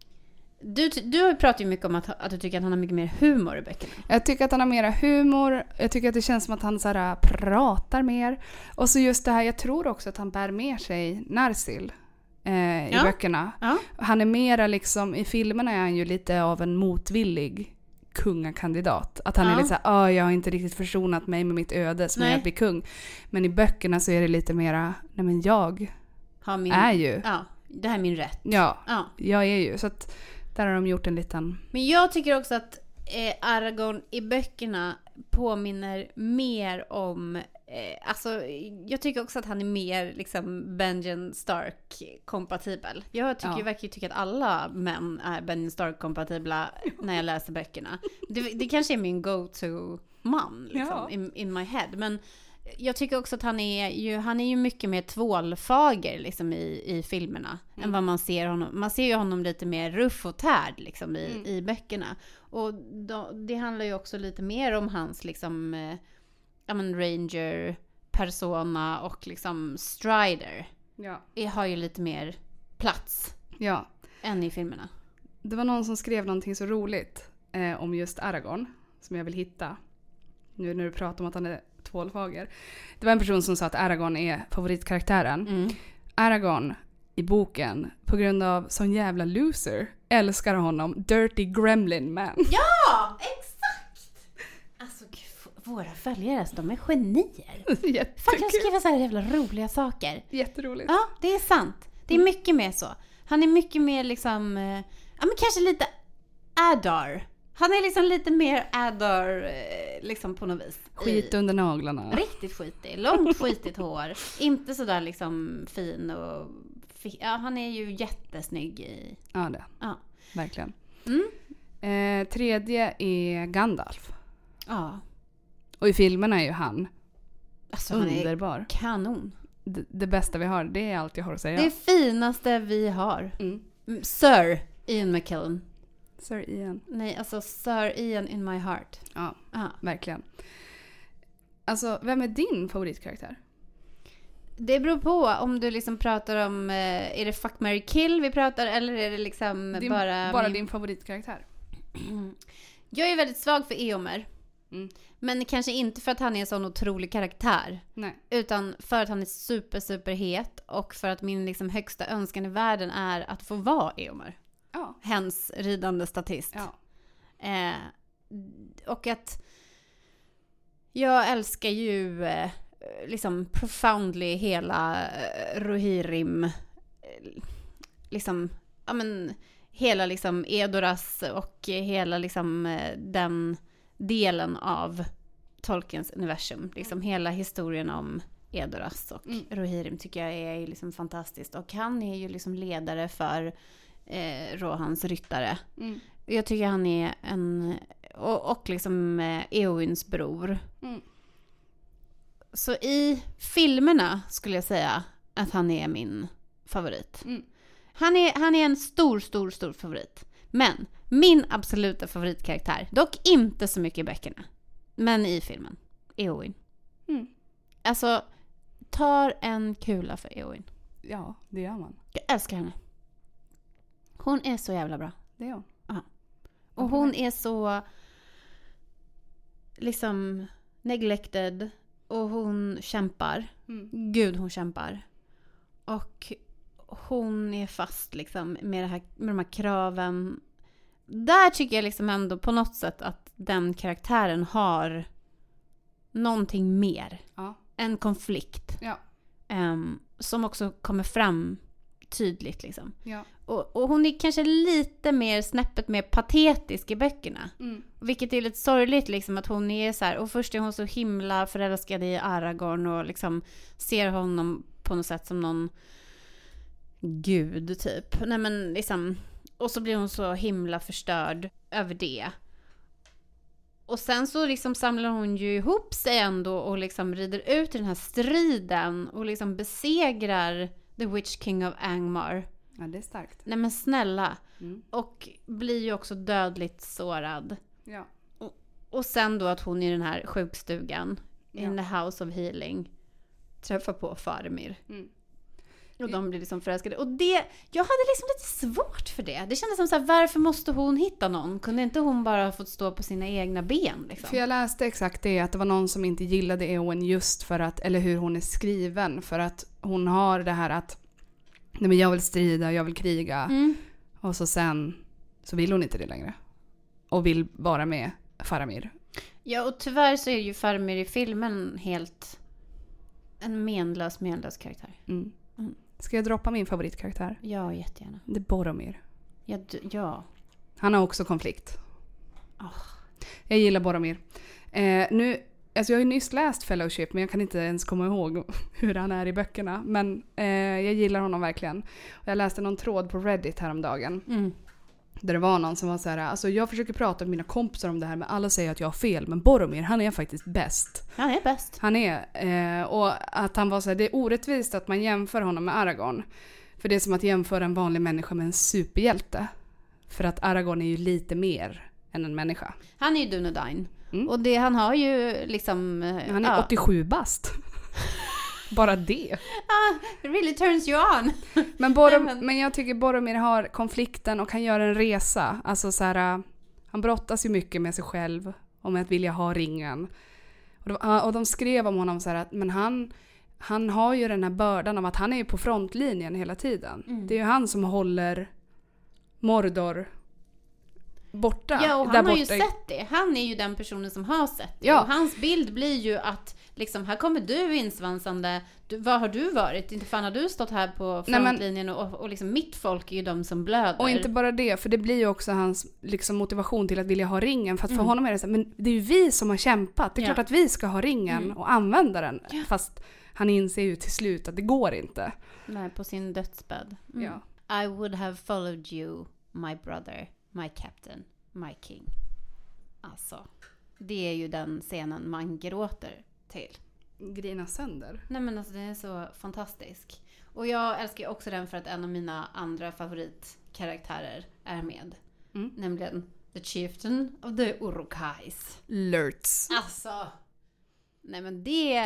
Du pratar ju mycket om att du tycker att han har mycket mer humor i böckerna. Jag tycker att han har mera humor. Jag tycker att det känns som att han så här, pratar mer. Och så just det här, jag tror också att han bär med sig Narsil i böckerna. Ja. Han är mera liksom, i filmerna är han ju lite av en motvillig kungakandidat. Att han är lite såhär, jag har inte riktigt försonat mig med mitt öde som är att bli kung. Men i böckerna så är det lite mera, nej men jag är ju. Ja, det här är min rätt. Ja, jag är ju. Så att där har de gjort en liten... Men jag tycker också att Aragorn i böckerna påminner mer om... alltså, jag tycker också att han är mer liksom Benjen Stark-kompatibel. Jag tycker att alla män är Benjen Stark-kompatibla när jag läser böckerna. Det kanske är min go-to-man liksom, in my head. Men jag tycker också att han är ju mycket mer tvålfager liksom, i filmerna än vad man ser honom. Man ser ju honom lite mer ruff och tärd liksom, i böckerna. Och det handlar ju också lite mer om hans liksom, ranger persona och liksom strider. Det har ju lite mer plats än i filmerna. Det var någon som skrev någonting så roligt om just Aragorn som jag vill hitta. Nu när du pratar om att han är tvålfager. Det var en person som sa att Aragorn är favoritkaraktären. Aragorn i boken, på grund av sån jävla loser, älskar honom Dirty Gremlin Man. Ja, exakt! Alltså, våra följare, de är genier. Fan, kan skriva så här jävla roliga saker. Jätteroligt. Ja, det är sant. Det är mycket mer så. Han är mycket mer liksom, men kanske lite Adar. Han är liksom lite mer Adar liksom på något vis. Skit under naglarna. Riktigt skitig. Långt skitigt hår. Inte sådär liksom fin och... han är ju jättesnygg i... Ja, det. Ja. Verkligen. Tredje är Gandalf. Ja. Och i filmerna är ju han underbar. Han är kanon. Det bästa vi har, det är allt jag har att säga. Det finaste vi har. Sir Ian McKellen. Sir Ian. Nej, alltså Sir Ian in my heart. Ja, verkligen. Alltså, vem är din favoritkaraktär? Det beror på om du liksom pratar om, är det fuck, marry, kill vi pratar, eller är det liksom bara din favoritkaraktär? Jag är väldigt svag för Eomer. Men kanske inte för att han är en sån otrolig karaktär. Nej. Utan för att han är super, super het. Och för att min liksom högsta önskan i världen är att få vara Eomer. Ja. Hens ridande statist. Ja. Och att jag älskar ju liksom profoundly hela Rohirrim, liksom, hela liksom Edoras och hela liksom den delen av Tolkiens universum. Liksom hela historien om Edoras och Rohirrim tycker jag är liksom fantastiskt. Och han är ju liksom ledare för Rohans ryttare. Jag tycker han är och liksom Eowins bror. Så i filmerna skulle jag säga att han är min favorit. Han är en stor favorit. Men min absoluta favoritkaraktär, dock inte så mycket i böckerna, men i filmen, Eowyn. Alltså, tar en kula för Eowyn. Ja, det gör man. Jag älskar henne. Hon är så jävla bra. Det är hon. Och hon är så liksom neglected. Och hon kämpar. Gud, hon kämpar. Och hon är fast liksom med de här kraven. Där tycker jag liksom ändå på något sätt att den karaktären har någonting mer. Ja. En konflikt. Ja. Som också kommer fram tydligt liksom. Ja. Och hon är kanske lite mer snäppet mer patetisk i böckerna. Vilket är lite sorgligt liksom, att hon är så här, och först är hon så himla förälskad i Aragorn och liksom ser honom på något sätt som någon gud typ. Nej men liksom, och så blir hon så himla förstörd över det. Och sen så liksom samlar hon ju ihop sig ändå och liksom rider ut i den här striden och liksom besegrar The Witch King of Angmar. Ja, det är starkt. Nej men snälla. Och blir ju också dödligt sårad. Ja. Och sen då att hon i den här sjukstugan, in the house of healing, träffar på Faramir. Och de blir liksom förälskade. Och det, jag hade liksom lite svårt för det. Det kändes som så här, varför måste hon hitta någon? Kunde inte hon bara ha fått stå på sina egna ben? Liksom? För jag läste exakt det, att det var någon som inte gillade Eowyn just för att, eller hur hon är skriven, för att hon har det här att nej men jag vill strida, jag vill kriga. Och så sen så vill hon inte det längre. Och vill vara med Faramir. Ja, och tyvärr så är ju Faramir i filmen helt en menlös karaktär. Ska jag droppa min favoritkaraktär? Ja, jättegärna. Det är Boromir. Ja. Han har också konflikt. Jag gillar Boromir. Alltså jag har ju nyss läst Fellowship, men jag kan inte ens komma ihåg hur han är i böckerna. Men jag gillar honom verkligen. Och jag läste någon tråd på Reddit häromdagen. Där det var någon som var så här, alltså jag försöker prata med mina kompisar om det här, men alla säger att jag har fel. Men Boromir, han är faktiskt bäst. Han är bäst. Han är. Och att han var så här, det är orättvist att man jämför honom med Aragorn. För det är som att jämföra en vanlig människa med en superhjälte. För att Aragorn är ju lite mer än en människa. Han är ju Dunedain. Och det, han har ju liksom... Han är 87 bast. Bara det. It really turns you on. Men jag tycker Boromir har konflikten och kan göra en resa. Alltså så här, han brottas ju mycket med sig själv om att vilja ha ringen. Och de skrev om honom så här att men han har ju den här bördan av att han är ju på frontlinjen hela tiden. Det är ju han som håller Mordor borta. Ja, och han har ju sett det. Han är ju den personen som har sett det. Ja. Och hans bild blir ju att liksom, här kommer du insvansande. Vad har du varit? Inte fan har du stått här på frontlinjen och liksom mitt folk är ju de som blöder. Och inte bara det, för det blir ju också hans liksom, motivation till att vilja ha ringen. För att för honom är det så här, men det är ju vi som har kämpat. Det är klart att vi ska ha ringen och använda den. Ja. Fast han inser ju till slut att det går inte. Nej, på sin dödsbädd. Ja. I would have followed you, my brother, my captain, my king. Alltså, det är ju den scenen man gråter till. Grina sönder. Nej men alltså den är så fantastisk. Och jag älskar också den för att en av mina andra favoritkaraktärer är med. Nämligen The Chieftain of the Uruk-hais. Lurtz. Alltså. Nej men det...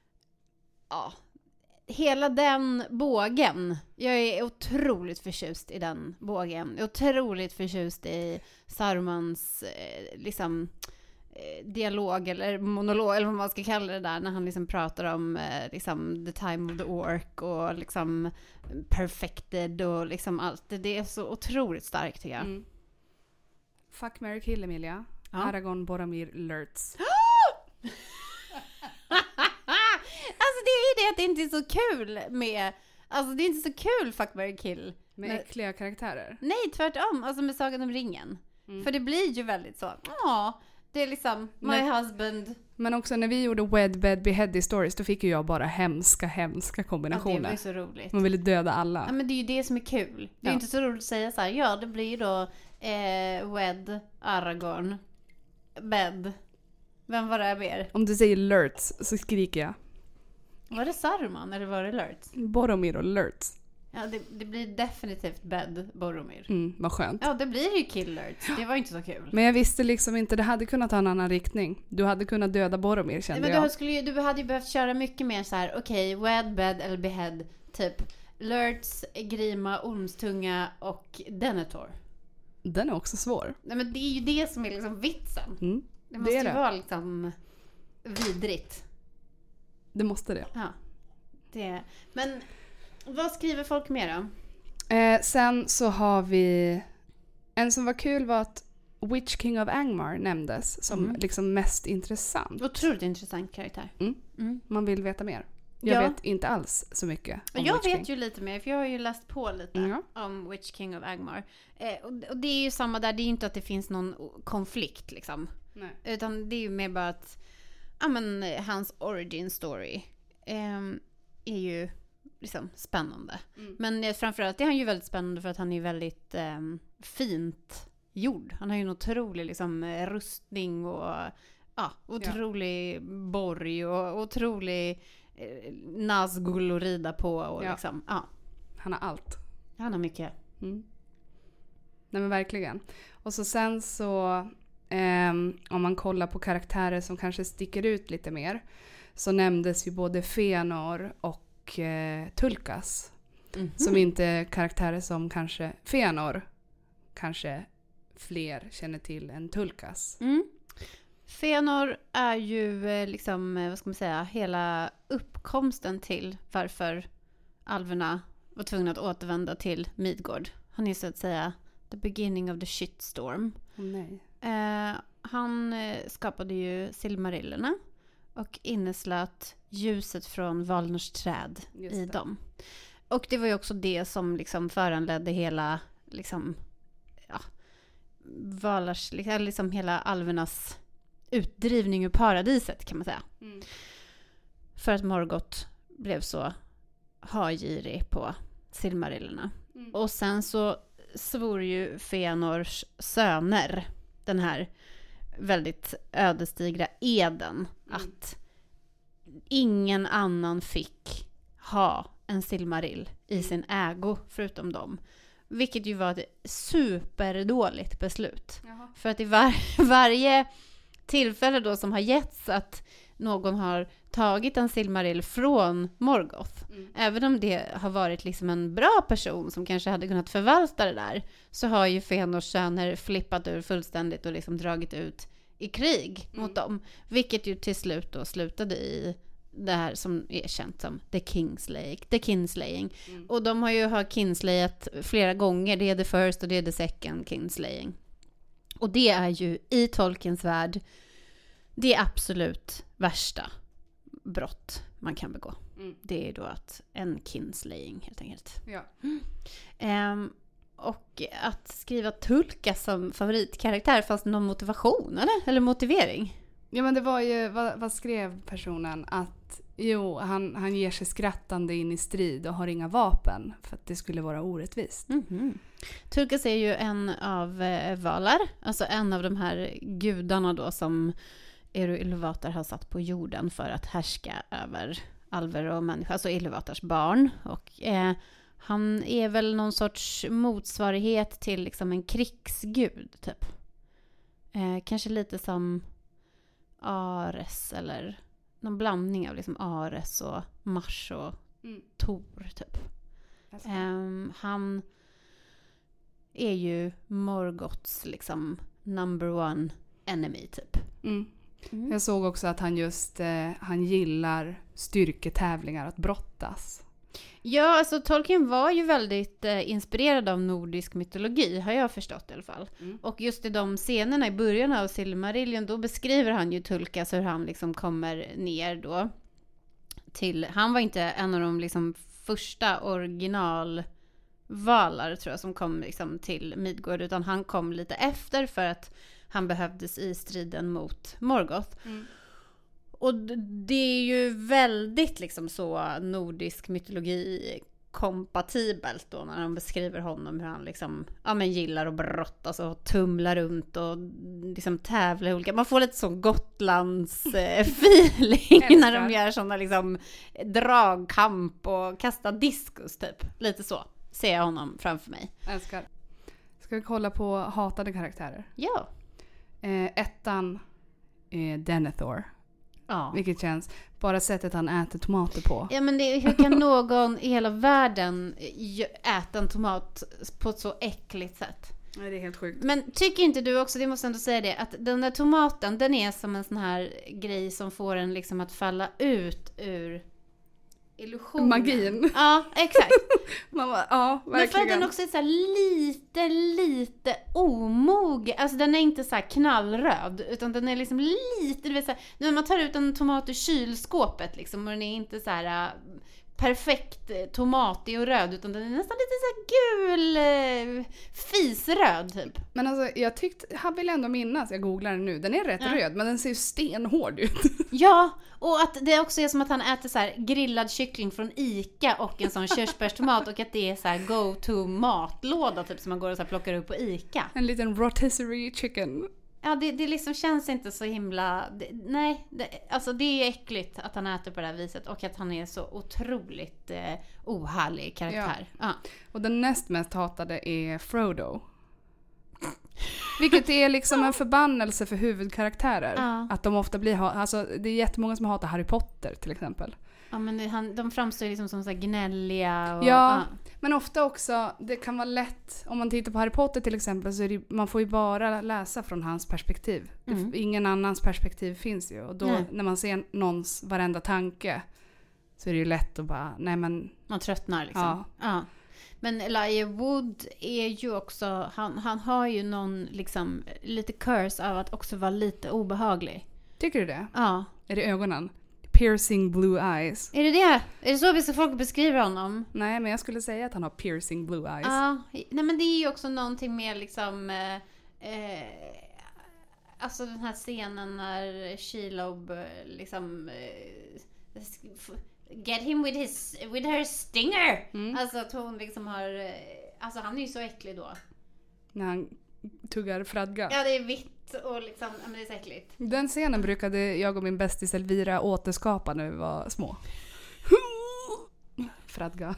Ja. Hela den bågen. Jag är otroligt förtjust i den bågen. Jag är otroligt förtjust i Sarumans liksom... dialog eller monolog eller vad man ska kalla det där när han liksom pratar om liksom the time of the orc och liksom perfected och liksom allt. Det är så otroligt starkt tycker jag. Fuck, marry, kill, Emilia. Ja. Aragorn, Boromir, Lurtz. Alltså det är ju det att det inte är så kul med... Alltså det är inte så kul fuck, marry, kill. Med äckliga karaktärer? Nej, tvärtom. Alltså med Sagan om ringen. För det blir ju väldigt så... Ja, det är liksom my husband. Men också när vi gjorde Wed, Bed, Beheady Stories, då fick ju jag bara hemska kombinationer. Ja, det var ju så roligt. Man ville döda alla. Ja, men det är ju det som är kul. Det är ju inte så roligt att säga så här, ja det blir ju då Wed, Aragorn, Bed. Vem var det mer? Om du säger Lurtz så skriker jag. Var det Saruman eller var det Lurtz? Boromir och Lurtz. Ja, det blir definitivt Bed, Boromir. Vad skönt. Ja, det blir ju Kill Lurtz. Det var inte så kul. Men jag visste liksom inte, det hade kunnat ha en annan riktning. Du hade kunnat döda Boromir, kände jag. Men du hade ju behövt köra mycket mer så här: okej, Wed, Bed eller Behead. Typ Lurtz, Grima, Ormstunga och Denethor. Den är också svår. Nej, men det är ju det som är liksom vitsen. Det måste ju vara liksom vidrigt. Det måste det. Ja. Men vad skriver folk mer då? Sen så har vi... En som var kul var att Witch King of Angmar nämndes som liksom mest intressant. Otroligt intressant karaktär. Man vill veta mer. Jag vet inte alls så mycket om jag Witch King. vet ju lite mer, för jag har ju läst på lite om Witch King of Angmar. Och det är ju samma där, det är ju inte att det finns någon konflikt liksom. Nej. Utan det är ju mer bara att hans origin story är ju liksom spännande. Men framförallt är han ju väldigt spännande för att han är väldigt fint gjord. Han har ju en otrolig liksom rustning och otrolig borg och otrolig Nazgul att rida på och liksom, Han har allt. Han har mycket. Nej men verkligen. Och så sen så om man kollar på karaktärer som kanske sticker ut lite mer, så nämndes ju både Fëanor och Tulkas. Som inte är karaktärer som kanske Fëanor kanske fler känner till än Tulkas. Fëanor är ju liksom, vad ska man säga, hela uppkomsten till varför alverna var tvungna att återvända till Midgård. Han är så att säga the beginning of the shitstorm. Nej. Han skapade ju Silmarillerna och inneslöt ljuset från Valnors träd i dem. Och det var ju också det som liksom föranledde hela liksom Valars, liksom hela alvernas utdrivning ur paradiset kan man säga. För att Morgoth blev så hargirig på Silmarillerna. Och sen så svor ju Fëanors söner den här väldigt ödesdigra eden att ingen annan fick ha en Silmarill i sin ägo förutom dem. Vilket ju var ett superdåligt beslut. Jaha. För att i varje tillfälle då som har getts att någon har tagit en Silmarill från Morgoth, även om det har varit liksom en bra person som kanske hade kunnat förvalta det där, så har ju Fëanors söner flippat ur fullständigt och liksom dragit ut i krig mot dem. Vilket ju till slut då slutade i det här som är känt som The Kinslaying. Och de har kinslayat flera gånger. Det är the first och det är the second kinslaying. Och det är ju i Tolkiens värld det absolut värsta brott man kan begå. Det är då en kinslaying helt enkelt. Ja. Och att skriva Tulkas som favoritkaraktär, fanns det någon motivation eller motivering? Ja, men det var ju, vad skrev personen? Att han ger sig skrattande in i strid och har inga vapen för att det skulle vara orättvist. Tulkas är ju en av Valar, alltså en av de här gudarna då som Eru Ilúvatar har satt på jorden för att härska över alver och människor, alltså Ilúvatars barn. Och han är väl någon sorts motsvarighet till liksom en krigsgud typ. Kanske lite som Ares eller någon blandning av liksom Ares och Mars och Tor typ. Han är ju Morgoths liksom number one enemy typ. Jag såg också att han gillar styrketävlingar, att brottas. Ja, alltså Tolkien var ju väldigt inspirerad av nordisk mytologi, har jag förstått i alla fall. Och just i de scenerna i början av Silmarillion, då beskriver han ju Tulkas hur han liksom kommer ner då till, han var inte en av de liksom första originalvalar tror jag som kom liksom till Midgård, utan han kom lite efter för att han behövdes i striden mot Morgoth. Och det är ju väldigt liksom så nordisk mytologi kompatibelt då när de beskriver honom, hur han liksom gillar att brottas och tumla runt och liksom tävla olika. Man får lite sån Gotlands feeling när de gör såna liksom dragkamp och kasta diskus typ. Lite så ser jag honom framför mig. Älskar. Ska vi kolla på hatade karaktärer? Ja. Ettan är Denethor. Ja. Vilket känns, bara sättet han äter tomater på. Ja, men hur kan någon i hela världen äta en tomat på ett så äckligt sätt? Nej, det är helt sjukt. Men tycker inte du också, det måste ändå säga det, att den där tomaten, den är som en sån här grej som får en liksom att falla ut ur illusionen. Magin. Ja, exakt. Man bara, ja, verkligen. Men för att den också är så här lite omog. Alltså den är inte så här knallröd, utan den är liksom lite, du vet så här, när man tar ut en tomat ur kylskåpet liksom, och den är inte så här perfekt tomatig och röd, utan den är nästan lite så här gul, fisröd typ. Men alltså jag vill ändå minnas, jag googlar den nu, den är rätt röd men den ser ju stenhård ut. Ja, och att det också är som att han äter så här grillad kyckling från Ica och en sån körsbärstomat, och att det är så här go-to matlåda typ som man går och så här plockar upp på Ica. En liten rotisserie chicken. Ja, det liksom känns inte så himla... Alltså det är äckligt att han äter på det här viset, och att han är så otroligt ohärlig karaktär. Ja. Och den näst mest hatade är Frodo. Vilket är liksom en förbannelse för huvudkaraktärer. Ja. Att de ofta blir... Alltså det är jättemånga som hatar Harry Potter till exempel. Ja, men de framstår liksom som så här gnälliga. Och, ja, men ofta också, det kan vara lätt, om man tittar på Harry Potter till exempel, så är det, man får ju bara läsa från hans perspektiv. Ingen annans perspektiv finns ju. Och då när man ser någons varenda tanke så är det ju lätt att bara, nej men... Man tröttnar liksom. Ja. Men Elijah Wood är ju också, han har ju någon liksom lite curse av att också vara lite obehaglig. Tycker du det? Ja. Är det ögonen? Piercing blue eyes. Är det det? Är det så vi ska folk beskriva honom? Nej, men jag skulle säga att han har piercing blue eyes. Ja, nej men det är ju också någonting med liksom alltså den här scenen när Shelob liksom get him with her stinger. Alltså att hon liksom har, alltså han är ju så äcklig då. När han tuggar fradga. Ja, det är vitt och liksom, men det är så äckligt. Den scenen brukade jag och min bästis Elvira återskapa när vi var små. Fradga.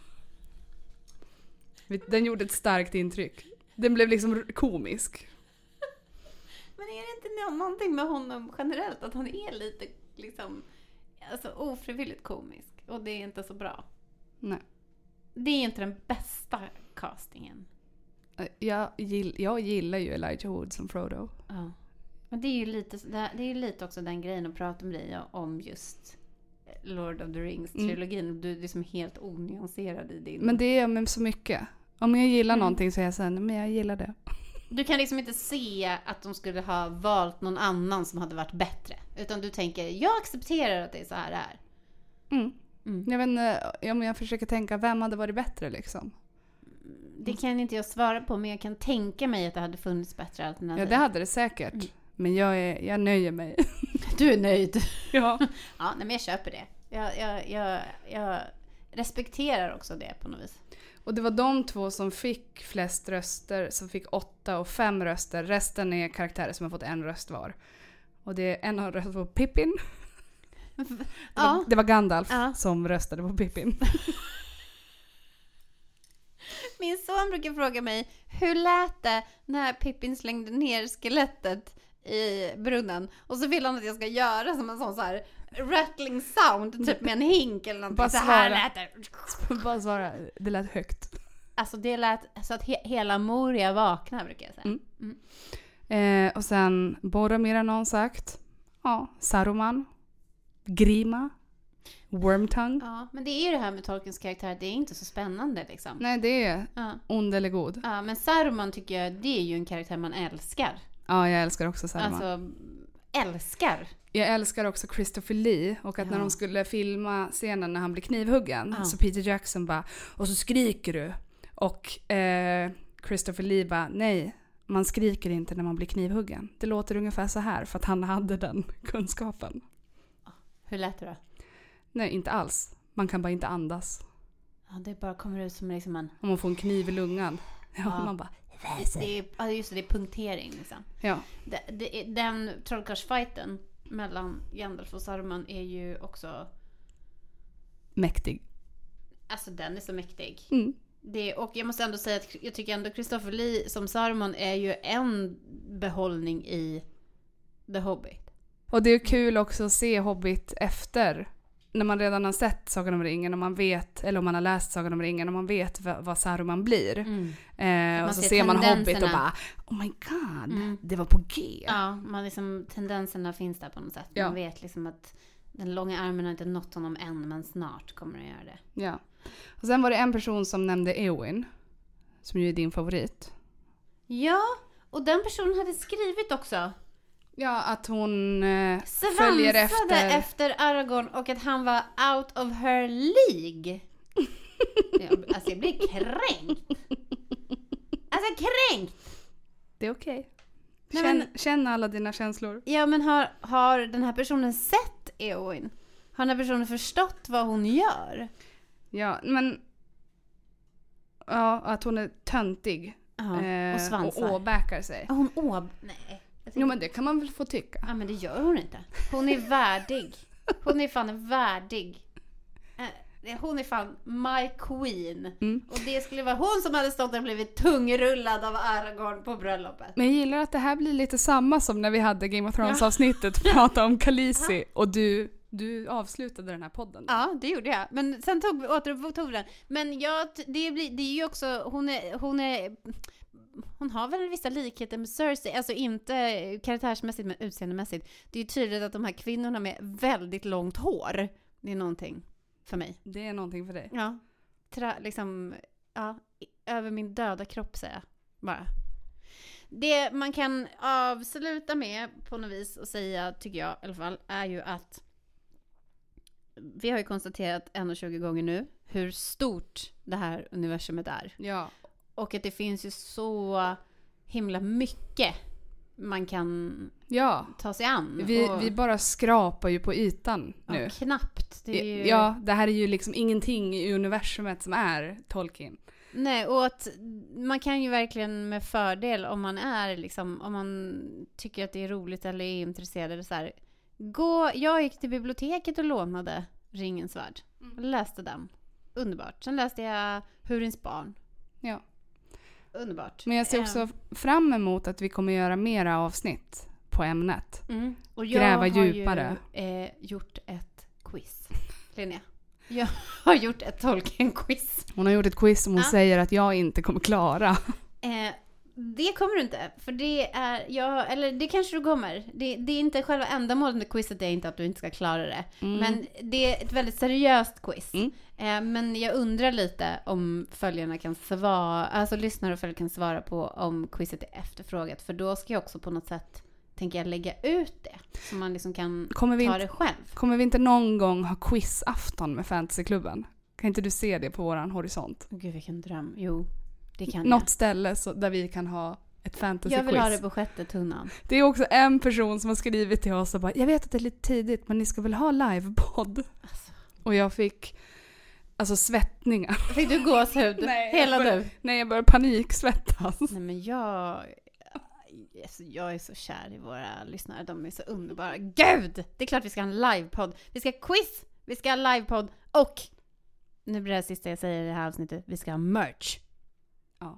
Den gjorde ett starkt intryck. Den blev liksom komisk. Men är det inte någonting med honom generellt att han är lite liksom, alltså ofrivilligt komisk, och det är inte så bra? Nej. Det är inte den bästa castingen. Jag gillar ju Elijah Wood som Frodo. Ja. Men det är ju lite också den grejen att prata med dig om just Lord of the Rings-trilogin. Du är liksom helt onyanserad i din... Men det är med så mycket. Om jag gillar någonting så är jag sen, men jag gillar det. Du kan liksom inte se att de skulle ha valt någon annan som hade varit bättre. Utan du tänker, jag accepterar att det är så här det är. Jag vet inte, jag försöker tänka, vem hade varit bättre liksom? Det kan inte jag svara på, men jag kan tänka mig att det hade funnits bättre alternativ. Ja, det hade det säkert. Men jag nöjer mig. Du är nöjd. Ja. Ja, nej, men jag köper det. Jag respekterar också det på något vis. Och det var de två som fick flest röster, som fick 8 och 5 röster. Resten är karaktärer som har fått 1 röst var. Och en har röstat på Pippin. Det var Gandalf som röstade på Pippin. Min son brukar fråga mig, hur lät det när Pippin slängde ner skelettet i brunnen? Och så vill han att jag ska göra som en sån så här rattling sound, typ med en hink eller någonting. Bara så här lät det. Bara svara, det lät högt. Alltså det lät så att hela Moria vaknar, brukar jag säga. Och sen Boromir har någon sagt. Ja, Saruman. Grima. Wormtongue. Ja, men det är ju det här med Tolkiens karaktär, det är inte så spännande liksom. Nej, det är ond eller god. Ja, men Saruman tycker jag, det är ju en karaktär man älskar. Ja, jag älskar också Saruman. Alltså, älskar. Jag älskar också Christopher Lee, och att när de skulle filma scenen när han blir knivhuggen så Peter Jackson bara, och så skriker du. Och Christopher Lee bara, nej, man skriker inte när man blir knivhuggen. Det låter ungefär så här, för att han hade den kunskapen. Hur lät det då? Nej, inte alls. Man kan bara inte andas. Ja, det bara kommer ut som liksom en... Om man får en kniv i lungan. Ja. Man bara... Det är punktering liksom. Ja. Den trollkarlsfighten mellan Gandalf och Saruman är ju också... mäktig. Alltså den är så mäktig. Och jag måste ändå säga att jag tycker ändå Christopher Lee som Saruman är ju en behållning i The Hobbit. Och det är kul också att se Hobbit efter, när man redan har sett Sagan om ringen och man vet, eller om man har läst Sagan om ringen och man vet vad Saruman blir. Och så ser man Hobbit och bara, oh my god, det var på G. Ja, man liksom, tendenserna finns där på något sätt. Man vet liksom att den långa armen har inte nått honom än, men snart kommer den göra det. Ja. Och sen var det en person som nämnde Eowyn, som ju är din favorit. Ja, och den personen hade skrivit också Ja, att hon följer efter Aragorn och att han var out of her league. Alltså jag blir kränkt. Det är okej. Nej, Känn alla dina känslor. Ja, men har den här personen sett Eowyn? Har den här personen förstått vad hon gör? Ja, men... Ja, att hon är töntig. Och svansar. Och åbäkar sig. Nej. Jo, men det kan man väl få tycka. Ja, men det gör hon inte. Hon är värdig. Hon är fan värdig. Hon är fan my queen. Och det skulle vara hon som hade stått där och blivit tungrullad av Aragorn på bröllopet. Men jag gillar att det här blir lite samma som när vi hade Game of Thrones-avsnittet. Prata om Khaleesi. Och du avslutade den här podden. Ja, det gjorde jag. Men sen återupptog den. Men det är ju också... Hon har väl vissa likheter med Cersei. Alltså inte karaktärsmässigt men utseendemässigt. Det är ju tydligt att de här kvinnorna med väldigt långt hår. Det är någonting för mig. Det är någonting för dig. Ja. Över min döda kropp säger jag. Bara. Det man kan avsluta med på något vis och säga, tycker jag i alla fall, är ju att vi har ju konstaterat 1,20 gånger nu hur stort det här universumet är. Ja. Och att det finns ju så himla mycket man kan ta sig an. Vi bara skrapar ju på ytan nu. Ja, knappt. Det är ju... Ja, det här är ju liksom ingenting i universumet som är Tolkien. Nej, och att man kan ju verkligen med fördel om man är liksom, om man tycker att det är roligt eller är intresserad eller så här, jag gick till biblioteket och lånade Ringens värld. Och läste den. Underbart. Sen läste jag Hurins barn. Ja. Underbart. Men jag ser också fram emot att vi kommer göra mera avsnitt på ämnet. Och gräva djupare. Jag har ju gjort ett quiz. Linnea. Jag har gjort ett Tolkien-quiz. Hon har gjort ett quiz som hon säger att jag inte kommer klara. Det kommer du inte. För det är... eller det kanske du kommer. Det är inte själva ändamålet med quizet. Det är inte att du inte ska klara det. Men det är ett väldigt seriöst quiz. Men jag undrar lite om följarna kan svara... Alltså lyssnare och följare kan svara på om quizet är efterfrågat. För då ska jag också på något sätt... tänker jag lägga ut det. Så man liksom kan ta det själv. Kommer vi inte någon gång ha quizafton med Fantasyklubben? Kan inte du se det på våran horisont? Gud, vilken dröm. Jo, det kan något ställe där vi kan ha ett fantasyquiz. Jag vill ha det på 6:e tunnan. Det är också en person som har skrivit till oss och bara, jag vet att det är lite tidigt, men ni ska väl ha livepodd? Alltså. Och jag fick svettningar. Fick du gåshud? Nej, jag började paniksvettas. Nej, men jag är så kär i våra lyssnare. De är så underbara. Gud! Det är klart vi ska ha en livepodd. Vi ska ha quiz, vi ska ha livepodd och nu blir det sista jag säger i det här avsnittet. Vi ska ha merch. Ja.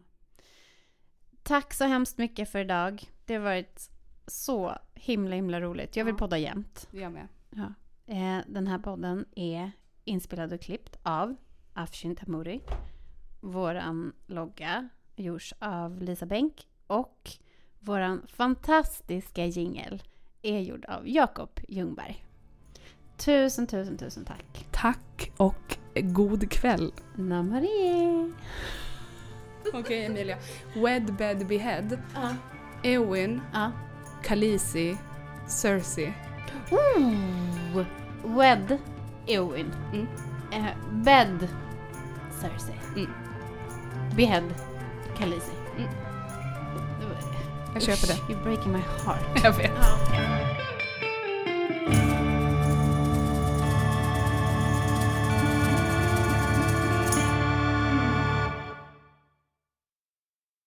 Tack så hemskt mycket för idag. Det har varit så himla roligt. Jag vill podda jämt. Jag med. Ja. Den här podden är inspelad och klippt av Afshin Tamuri. Våran logga gjorts av Lisa Bänk. Och våran fantastiska jingle är gjord av Jakob Ljungberg. Tusen tack. Tack och god kväll. Namarie. Okej, Emilia. Wed, bed, behead. Eowyn. Khaleesi. Cersei. Wed, Eowyn. Bed, Cersei. Behead, Khaleesi. Jag köper det. You're breaking my heart. Jag vet.